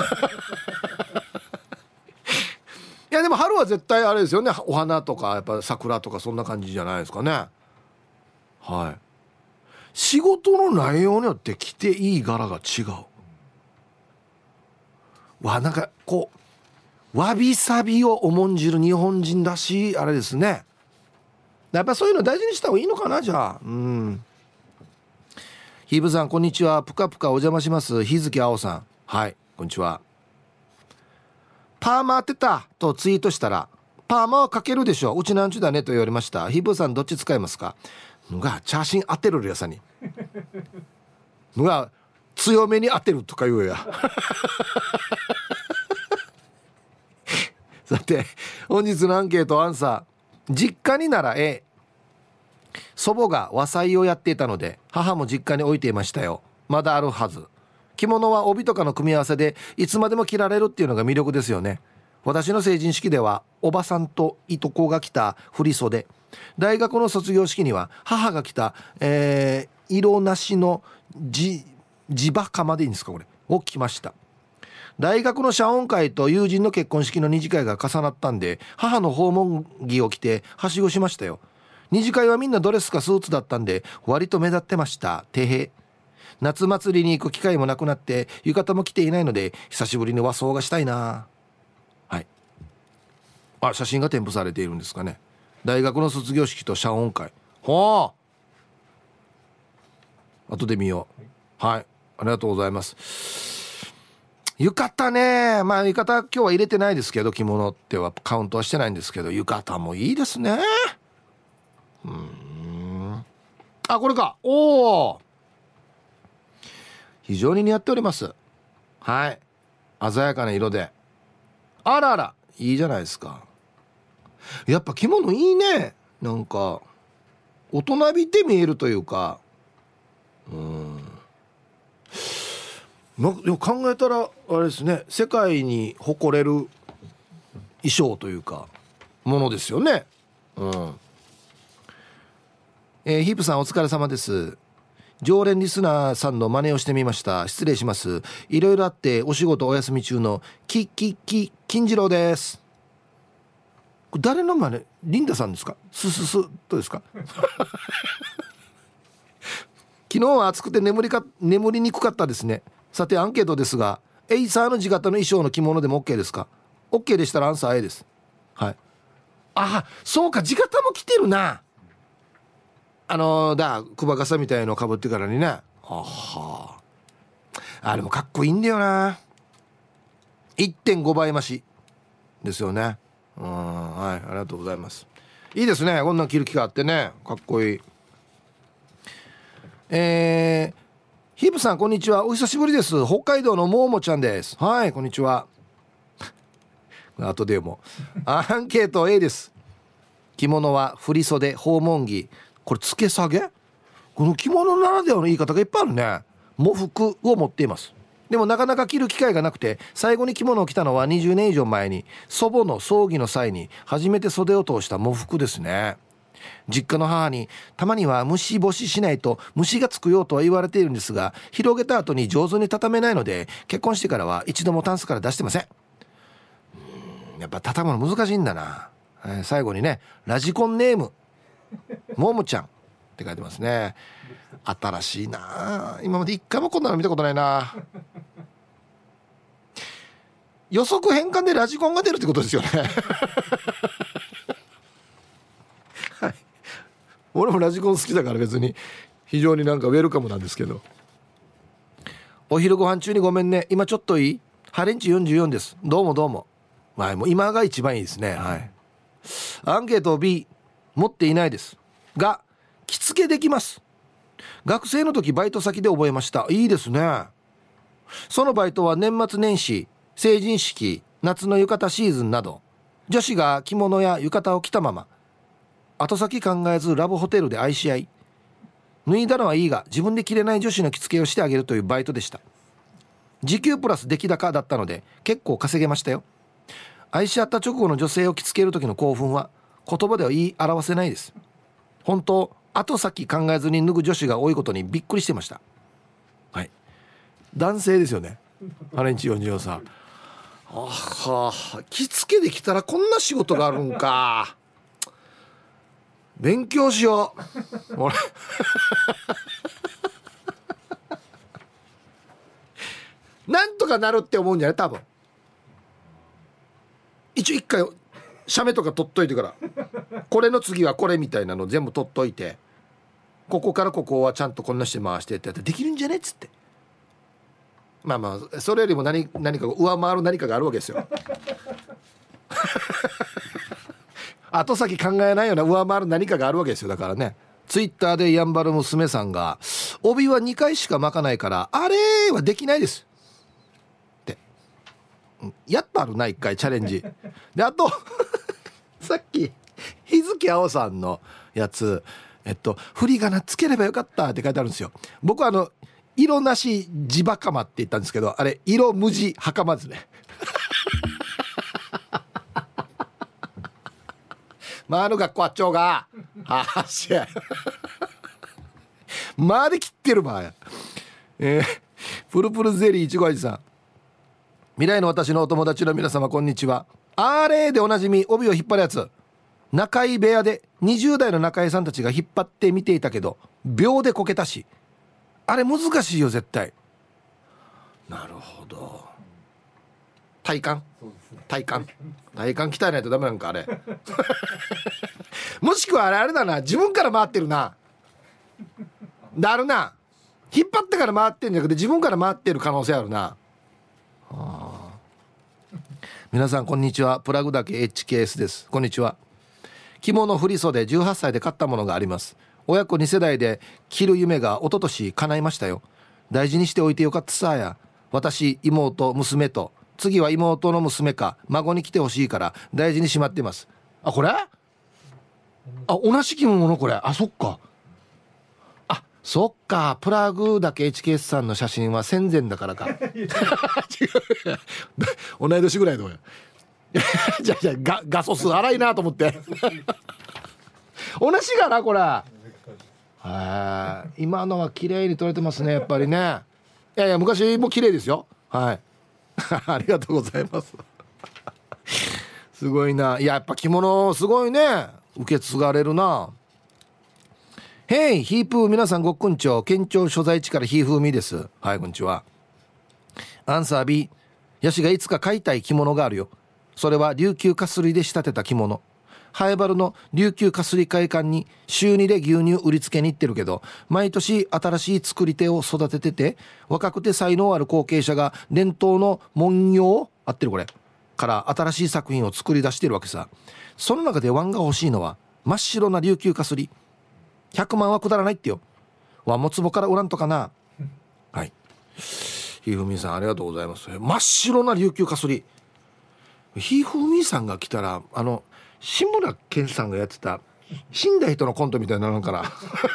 いやでも春は絶対あれですよね、お花とかやっぱ桜とかそんな感じじゃないですかね。はい、仕事の内容によって着ていい柄が違う。なんかこうわびさびを重んじる日本人らしいあれですね。やっぱそういうの大事にした方がいいのかな。じゃあヒーブさんこんにちは。ぷかぷかお邪魔します。日月青さん、はい、こんにちは。パーマ当てたとツイートしたら、パーマはかけるでしょ、うちなんちゅだねと言われました。ヒーブさんどっち使いますか。のがチャーシン当てるやさにのが強めに当てるとか言うやさて本日のアンケートアンサー、実家になら A、 祖母が和裁をやっていたので母も実家に置いていましたよ。まだあるはず。着物は帯とかの組み合わせでいつまでも着られるっていうのが魅力ですよね。私の成人式ではおばさんといとこが着た振袖、大学の卒業式には母が着た、色なしの地場鎌でいいんですかこれを着ました。大学の謝恩会と友人の結婚式の二次会が重なったんで母の訪問着を着てはしごしましたよ。二次会はみんなドレスかスーツだったんで割と目立ってました。てへ。夏祭りに行く機会もなくなって浴衣も着ていないので久しぶりに和装がしたいな。はい、写真が添付されているんですかね。大学の卒業式と謝恩会、後で見よう。はい、ありがとうございます。浴衣ね、浴衣今日は入れてないですけど、着物ってはカウントはしてないんですけど、浴衣もいいですね。これか。非常に似合っております。はい、鮮やかな色で、あらあらいいじゃないですか。やっぱ着物いいね。なんか大人びて見えるというか、でも考えたらあれですね、世界に誇れる衣装というかものですよね。 ヒープさんお疲れ様です。常連リスナーさんの真似をしてみました。失礼します。いろいろあってお仕事お休み中の金次郎です。これ誰の真似？リンダさんですか？どうですか？昨日は暑くて眠りにくかったですね。さてアンケートですが、エイサーの地形の衣装の着物でも OK ですか？ OK でしたらアンサー A です。はい。あ、そうか、地形も着てるな。クバカサみたいのかぶってからにね。あれもかっこいいんだよな。 1.5 倍増しですよね。はい、ありがとうございます。いいですね、こんなん着る機会あってね、かっこいい。ヒープさんこんにちは、お久しぶりです。北海道のももちゃんです。はい、こんにちは。後でもアンケート A です。着物は振袖、訪問着、これ付け下げ、この着物ならではの言い方がいっぱいあるね。喪服を持っています。でもなかなか着る機会がなくて、最後に着物を着たのは20年以上前に祖母の葬儀の際に初めて袖を通した喪服ですね。実家の母にたまには虫干ししないと虫がつくよとは言われているんですが、広げた後に上手に畳めないので結婚してからは一度もタンスから出してません。やっぱ畳むの難しいんだな。最後にね、ラジコンネームももちゃんって書いてますね。新しいな、今まで一回もこんなの見たことないな。予測変換でラジコンが出るってことですよね。はい、俺もラジコン好きだから別に非常になんかウェルカムなんですけど。お昼ご飯中にごめんね、今ちょっといい？ハレンチ44です。どうもどうも。はい、もう今が一番いいですね。はい。アンケート B 持っていないですが着付けできます。学生の時バイト先で覚えました。いいですね。そのバイトは年末年始、成人式、夏の浴衣シーズンなど女子が着物や浴衣を着たまま後先考えずラブホテルで愛し合い、脱いだのはいいが自分で着れない女子の着付けをしてあげるというバイトでした。時給プラス出来高だったので結構稼げましたよ。愛し合った直後の女性を着付ける時の興奮は言葉では言い表せないです。本当後先考えずに脱ぐ女子が多いことにびっくりしてました。はい、男性ですよね。ハレンチ44さん。着付けできたらこんな仕事があるんか。勉強しよう俺。なんとかなるって思うんじゃない？多分一応一回写メとか取っといてから、これの次はこれみたいなの全部取っといて、ここからここはちゃんとこんなして回してってやったらできるんじゃねっつって、まあそれよりも何か上回る何かがあるわけですよ。後先考えないような上回る何かがあるわけですよ。だからね、ツイッターでやんばる娘さんが帯は2回しか巻かないからあれはできないですってやっとあるな、1回チャレンジで。あとさっき日付青さんのやつ、振り仮名つければよかったって書いてあるんですよ。僕は色なし地袴って言ったんですけど、あれ色無地袴ですね。まあ学校あっちょうがしゃまで切ってるばや。プルプルゼリーいちご味さん、未来の私のお友達の皆様こんにちは。あれでおなじみ帯を引っ張るやつ、中井部屋で20代の中井さんたちが引っ張って見ていたけど秒でこけたし、あれ難しいよ絶対。なるほど。体幹鍛えないとダメなんかあれ。もしくはあれだな、自分から回ってるな。だるな、引っ張ってから回ってんじゃなくて自分から回ってる可能性あるな。皆さんこんにちは、プラグ岳 HKS です。こんにちは。着物振袖18歳で買ったものがあります。親子2世代で着る夢が一昨年叶いましたよ。大事にしておいてよかったさや。私、妹、娘と次は妹の娘か孫に来てほしいから大事にしまってます。あ、これ同じ着物これ。そっかそっか、プラグ岳 HKS さんの写真は戦前だからか。違う同い年ぐらいどうや。じゃあ画素数荒いなと思って。同じかなこれ。 今のは綺麗に撮れてますねやっぱりね。いやいや昔も綺麗ですよ。はいありがとうございますすごいな。やっぱ着物すごいね、受け継がれるな。ヘイヒープー、皆さんごっくんちょ、県庁所在地からヒーフーミです。はい、こんにちは。アンサー B、 ヤシがいつか買いたい着物があるよ。それは琉球かすりで仕立てた着物。ハエバルの琉球かすり会館に週2で牛乳売りつけに行ってるけど、毎年新しい作り手を育ててて、若くて才能ある後継者が伝統の文様合ってるこれから新しい作品を作り出してるわけさ。その中でワンが欲しいのは真っ白な琉球かすり。100万はくだらないってよ。ワンも壺から売らんとかな。はい、ひふみさんありがとうございます。真っ白な琉球かすり。ひふみさんが来たら志村けんさんがやってた死んだ人のコントみたいになるから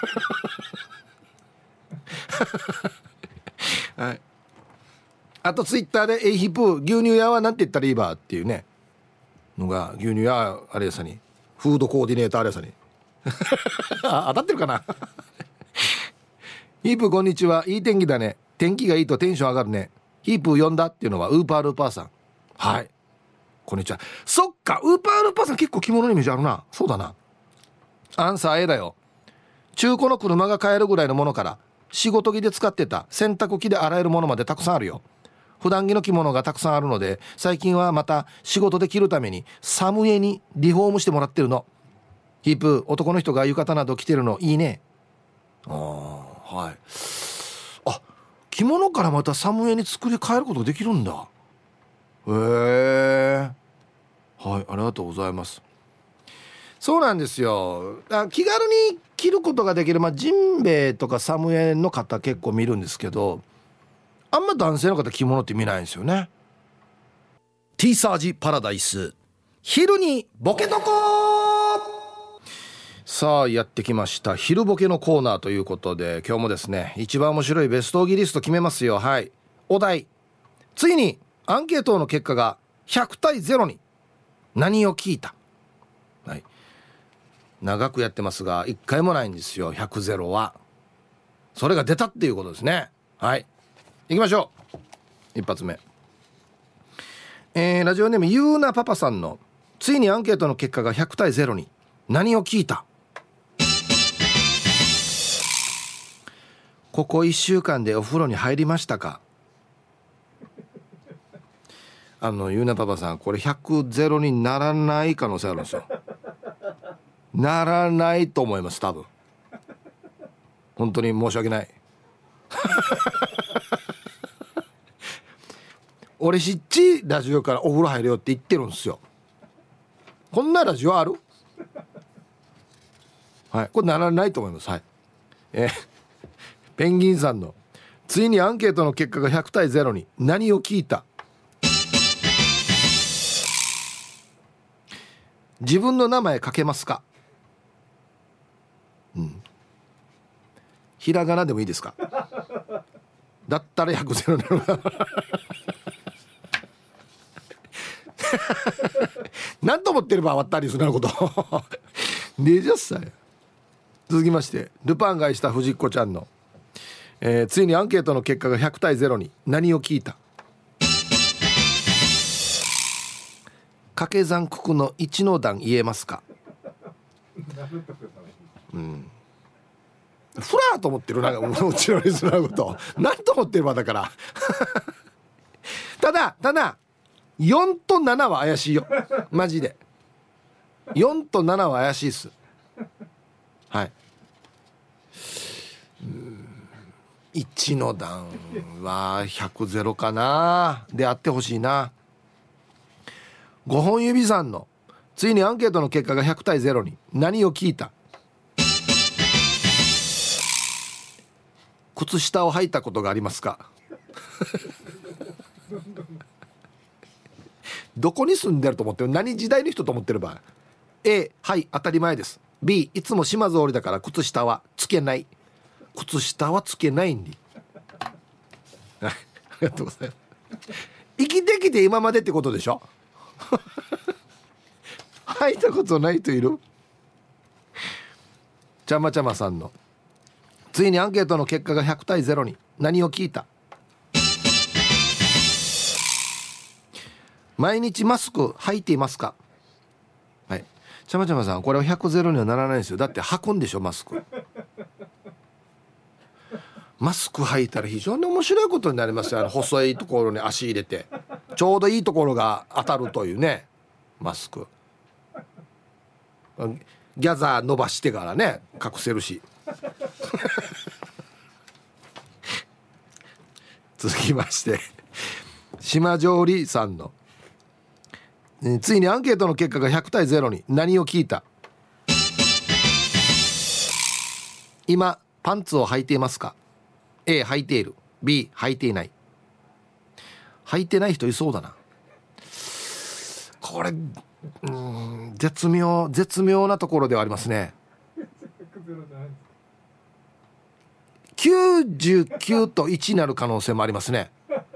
はい、あとツイッターでエイヒプー牛乳屋はなんて言ったらいいばっていうねのが、牛乳屋あれやさにフードコーディネーターあれやさに当たってるかなヒープーこんにちは、いい天気だね。天気がいいとテンション上がるね。ヒープー呼んだっていうのはウーパールーパーさん。はい、こんにちは。そっか、ウーパールーパーさん結構着物のイメージあるな。そうだな。アンサー A だよ。中古の車が買えるぐらいのものから仕事着で使ってた洗濯機で洗えるものまでたくさんあるよ。普段着の着物がたくさんあるので、最近はまた仕事で着るためにサムエにリフォームしてもらってるの。ヒープ、男の人が浴衣など着てるのいいね。はい。あ、着物からまたサムエに作り変えることができるんだ。へえ。はい、ありがとうございます。そうなんですよ。気軽に着ることができる、ジンベエとかサムエの方結構見るんですけど、あんま男性の方着物って見ないんですよね。 T サージパラダイス、昼にボケとこ。さあやってきました、昼ボケのコーナーということで、今日もですね一番面白いベストオギリスト決めますよ。はい、お題、ついにアンケートの結果が100対0に。何を聞いた。はい、長くやってますが1回もないんですよ、100ゼロは。それが出たっていうことですね。はい、行きましょう。一発目、ラジオネームゆうなパパさんの、ついにアンケートの結果が100対0に。何を聞いた。ここ1週間でお風呂に入りましたか。ゆうなパパさん、これ100ゼロにならない可能性あるんですよ。ならないと思います、多分。本当に申し訳ない俺しっちラジオからお風呂入るよって言ってるんですよ。こんなラジオある？はい、これならないと思います。はい、ペンギンさんの、ついにアンケートの結果が100対0に。何を聞いた。自分の名前書けますか。ひらがなでもいいですか。だったら100ゼロになる何と思ってれば終わったりするなこと20歳。続きまして、ルパンがした藤子ちゃんの、ついにアンケートの結果が100対0に。何を聞いた。掛け算九九の1の段言えますか。フラーと思ってる、なんかうちのリスナーのこと何と思ってるわだからただ4と7は怪しいよ、マジで。4と7は怪しいっす。はい、1の段は100ゼロかなであってほしいな。5本指さんの、ついにアンケートの結果が100対0に。何を聞いた。靴下を履いたことがありますかどこに住んでると思ってる、何時代の人と思ってる場合。 A、 はい当たり前です。 B、 いつも島津織だから靴下はつけない。靴下はつけないんでありがとうございます。生きてきて今までってことでしょ履いたことない人いる。ちゃまちゃまさんの、 ついにアンケートの結果が100対0に。何を聞いた？毎日マスク履いていますか？はい、ちゃまちゃまさん、これは100ゼロにはならないんですよ。だって履くんでしょマスク。マスク履いたら非常に面白いことになりますよ。細いところに足入れてちょうどいいところが当たるというね。マスクギャザー伸ばしてからね隠せるし。続きまして島上里さんの、ついにアンケートの結果が100対0に。何を聞いた？今パンツを履いていますか？ A 履いている、 B 履いていない。履いてない人いそうだなこれ。絶妙なところではありますね。99と1になる可能性もありますね。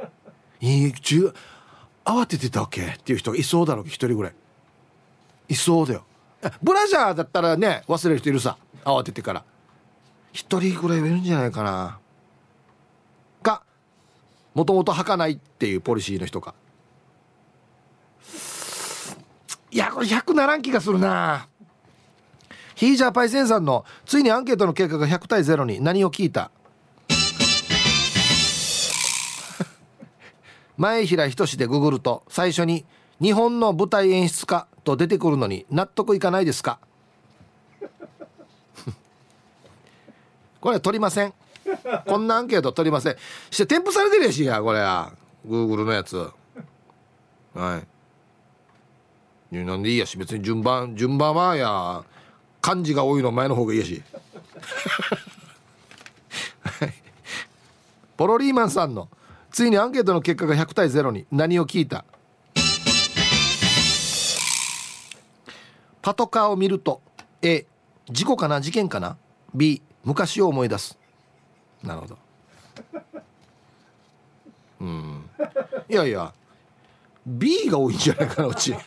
慌ててたわけっていう人がいそうだろう。1人ぐらいいそうだよ。ブラジャーだったらね忘れる人いるさ。慌ててから1人ぐらいいるんじゃないかな。かもともと履かないっていうポリシーの人か。いやこれ100ならん気がするな。ヒージャーパイセンさんの、ついにアンケートの結果が100対0に。何を聞いた？前平仁でググると最初に日本の舞台演出家と出てくるのに納得いかないですか？これは取りません。こんなアンケート取りません。して添付されてるやしやこれや Google のやつ。はい、なんでいいやし、別に順番はや漢字が多いの前の方がいいやし。ポロリーマンさんの、ついにアンケートの結果が100対0に。何を聞いた？パトカーを見ると A 事故かな事件かな、 B 昔を思い出す。なるほど。いやいや B が多いんじゃないかなうち。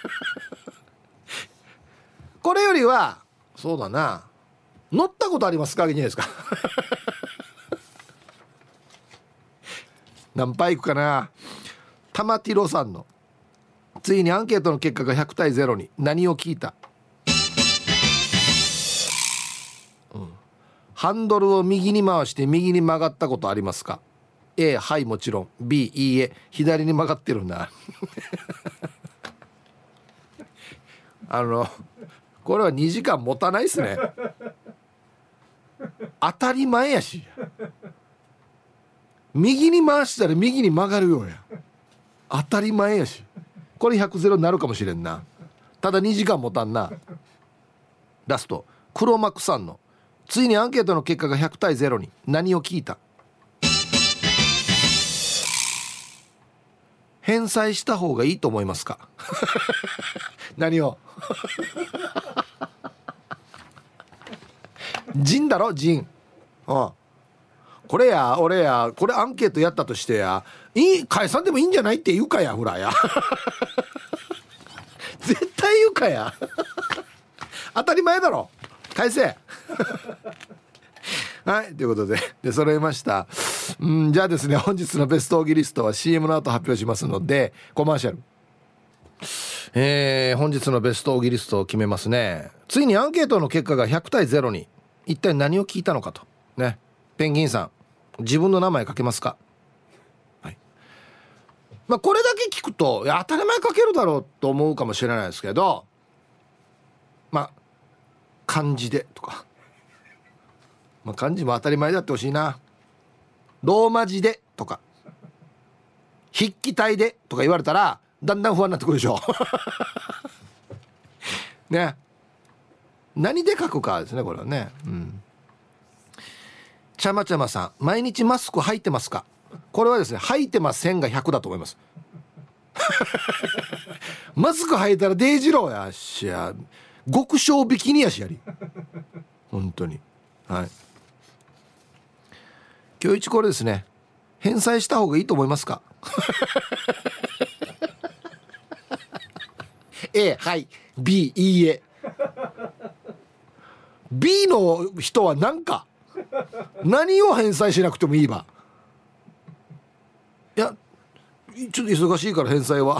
これよりはそうだな、乗ったことありますか？いいんじゃないですか。何杯行くかな。玉ティロさんの、ついにアンケートの結果が100対0に。何を聞いた？ハンドルを右に回して右に曲がったことありますか？ A はいもちろん、 B いいえ左に曲がってるな。これは2時間持たないですね。当たり前やし、右に回したら右に曲がるようや、当たり前やし、これ100ゼロになるかもしれんな。ただ2時間持たんな。ラスト黒幕さんの、ついにアンケートの結果が100対0に。何を聞いた？返済した方がいいと思いますか？何を？人だろ人。これや俺や、これアンケートやったとしてや、返さんでもいいんじゃないって言うかや、ほらや。絶対言うかや。当たり前だろ、返せ。はい、ということで揃いました。じゃあですね、本日のベストオギリストは CM の後発表しますので、コマーシャル。本日のベストオギリストを決めますね。ついにアンケートの結果が100対0に。一体何を聞いたのかとね。ペンギンさん、自分の名前書けますか？はい、これだけ聞くと当たり前書けるだろうと思うかもしれないですけど、漢字でとか、漢字も当たり前だってほしいな。ローマ字でとか筆記体でとか言われたらだんだん不安になってくるでしょ。ね、何で書くかですね、これはね。ちゃまちゃまさん、毎日マスク履いてますか？これはですね、履いてませんが100だと思います。マスク履いたらデイジローやしや、極小ビキニやしやり、本当に。はい、今日一これですね、返済した方がいいと思いますか？A はい、 B いいえ。 B の人は何か何を返済しなくてもいいば。いやちょっと忙しいから返済は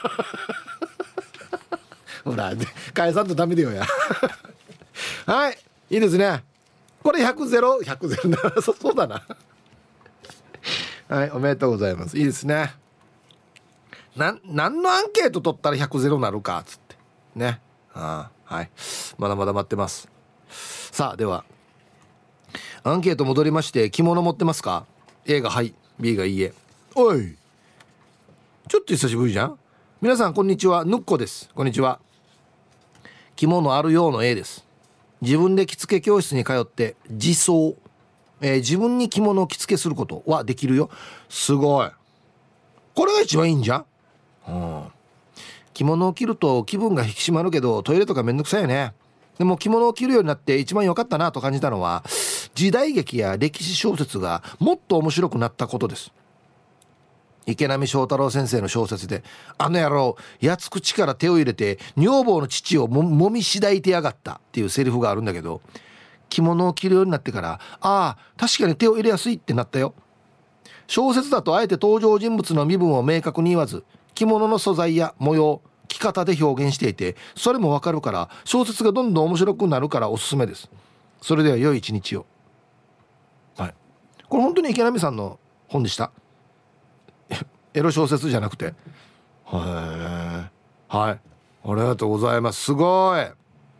ほら返さんとダメだよやはい、いいですね。これ100なそうだなはい、おめでとうございます。いいですね。何のアンケート取ったら100になるかっつってね。はい、まだまだ待ってます。さあ、ではアンケート戻りまして、着物持ってますか？ A がはい、 B がいいえ。おい、ちょっと久しぶりじゃん。皆さんこんにちは、ぬっこです。こんにちは。着物あるようの A です。自分で着付け教室に通って自走、自分に着物を着付けすることはできるよ。すごい、これが一番いいんじゃん。着物を着ると気分が引き締まるけどトイレとかめんどくさいよね。でも着物を着るようになって一番良かったなと感じたのは、時代劇や歴史小説がもっと面白くなったことです。池波正太郎先生の小説で、あの野郎やつ口から手を入れて女房の父をもみしだいてやがったっていうセリフがあるんだけど、着物を着るようになってから、ああ確かに手を入れやすいってなったよ。小説だとあえて登場人物の身分を明確に言わず、着物の素材や模様、着方で表現していて、それもわかるから小説がどんどん面白くなるからおすすめです。それでは良い一日を。はい、これ本当に池波さんの本でした？エロ小説じゃなくて。はい、ありがとうございます。すごい。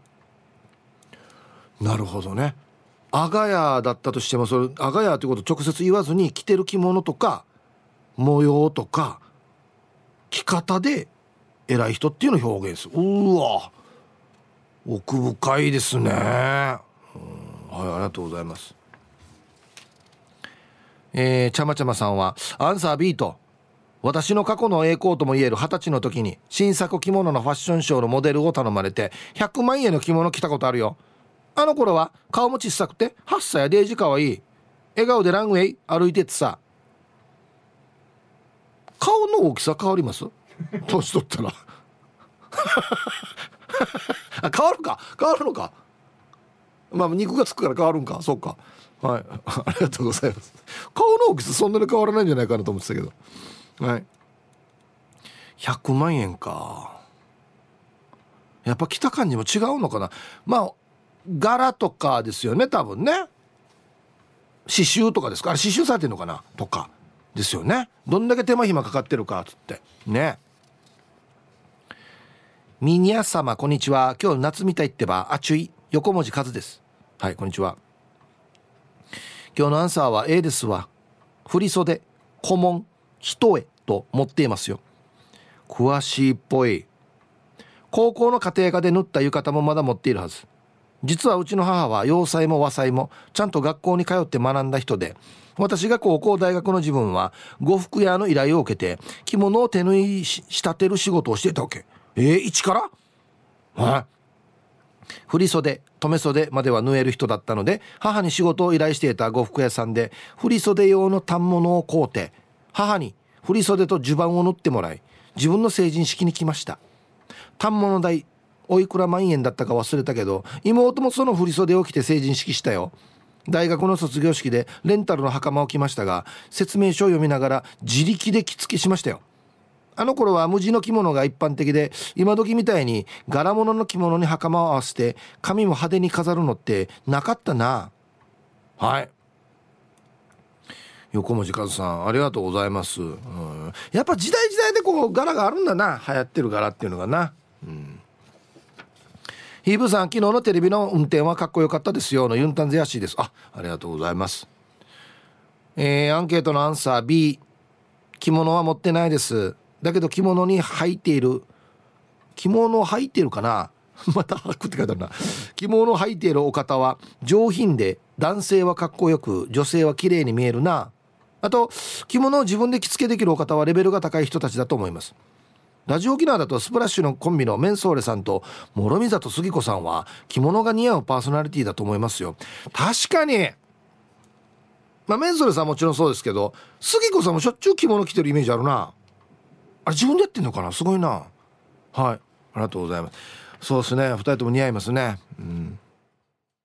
なるほどね。阿賀屋だったとしても、それ阿賀屋ということを直接言わずに、着てる着物とか模様とか着方で偉い人っていうのを表現する。うわ、奥深いですね。はい、ありがとうございます。ちゃまちゃまさんはアンサー B と、私の過去の栄光ともいえる20歳の時に新作着物のファッションショーのモデルを頼まれて100万円の着物着たことあるよ。あの頃は顔も小さくて8歳やデージかわいい。笑顔でランウェイ歩いてってさ。顔の大きさ変わります？年取ったらあ、変わるのか。まあ肉がつくから変わるんか。そうか。はいありがとうございます。顔の大きさそんなに変わらないんじゃないかなと思ってたけど。はい、100万円か。やっぱ着た感じも違うのかな。まあ柄とかですよね、多分ね。刺繍とかですか、あれ刺繍されてるのかなとかですよね。どんだけ手間暇かかってるかつってね。ミニア様こんにちは。今日夏みたいってばあちゅい横文字数です。はい、こんにちは。今日のアンサーは A ですわ。振袖、小紋、一重と持っていますよ。詳しいっぽい。高校の家庭科で縫った浴衣もまだ持っているはず。実はうちの母は洋裁も和裁もちゃんと学校に通って学んだ人で、私が高校大学の自分は呉服屋の依頼を受けて着物を手縫い仕立てる仕事をしていたわけ。一から振袖、留め袖までは縫える人だったので、母に仕事を依頼していた呉服屋さんで振袖用の反物を買うて、母に振袖と襦袢を縫ってもらい、自分の成人式に来ました。反物代おいくら万円だったか忘れたけど、妹もその振袖を着て成人式したよ。大学の卒業式でレンタルの袴を着ましたが、説明書を読みながら自力で着付けしましたよ。あの頃は無地の着物が一般的で、今時みたいに柄物の着物に袴を合わせて髪も派手に飾るのってなかったな。はい、横文字和さんありがとうございます。やっぱ時代時代でこう柄があるんだな、流行ってる柄っていうのがな。ヒーブさん、昨日のテレビの運転はかっこよかったですよのユンタンゼヤシーです。ありがとうございます。アンケートのアンサー B、 着物は持ってないです。だけど着物に履いている、着物を履いているかなまた履くって書いてあるな。着物を履いているお方は上品で、男性はかっこよく女性は綺麗に見えるな。あと着物を自分で着付けできるお方はレベルが高い人たちだと思います。ラジオ沖縄だとスプラッシュのコンビのメンソーレさんと諸見里杉子さんは着物が似合うパーソナリティだと思いますよ。確かに、まあメンソーレさんもちろんそうですけど、杉子さんもしょっちゅう着物着てるイメージあるな。あれ自分でやってんのかな、すごいな。はい、ありがとうございます。そうですね、2人とも似合いますね。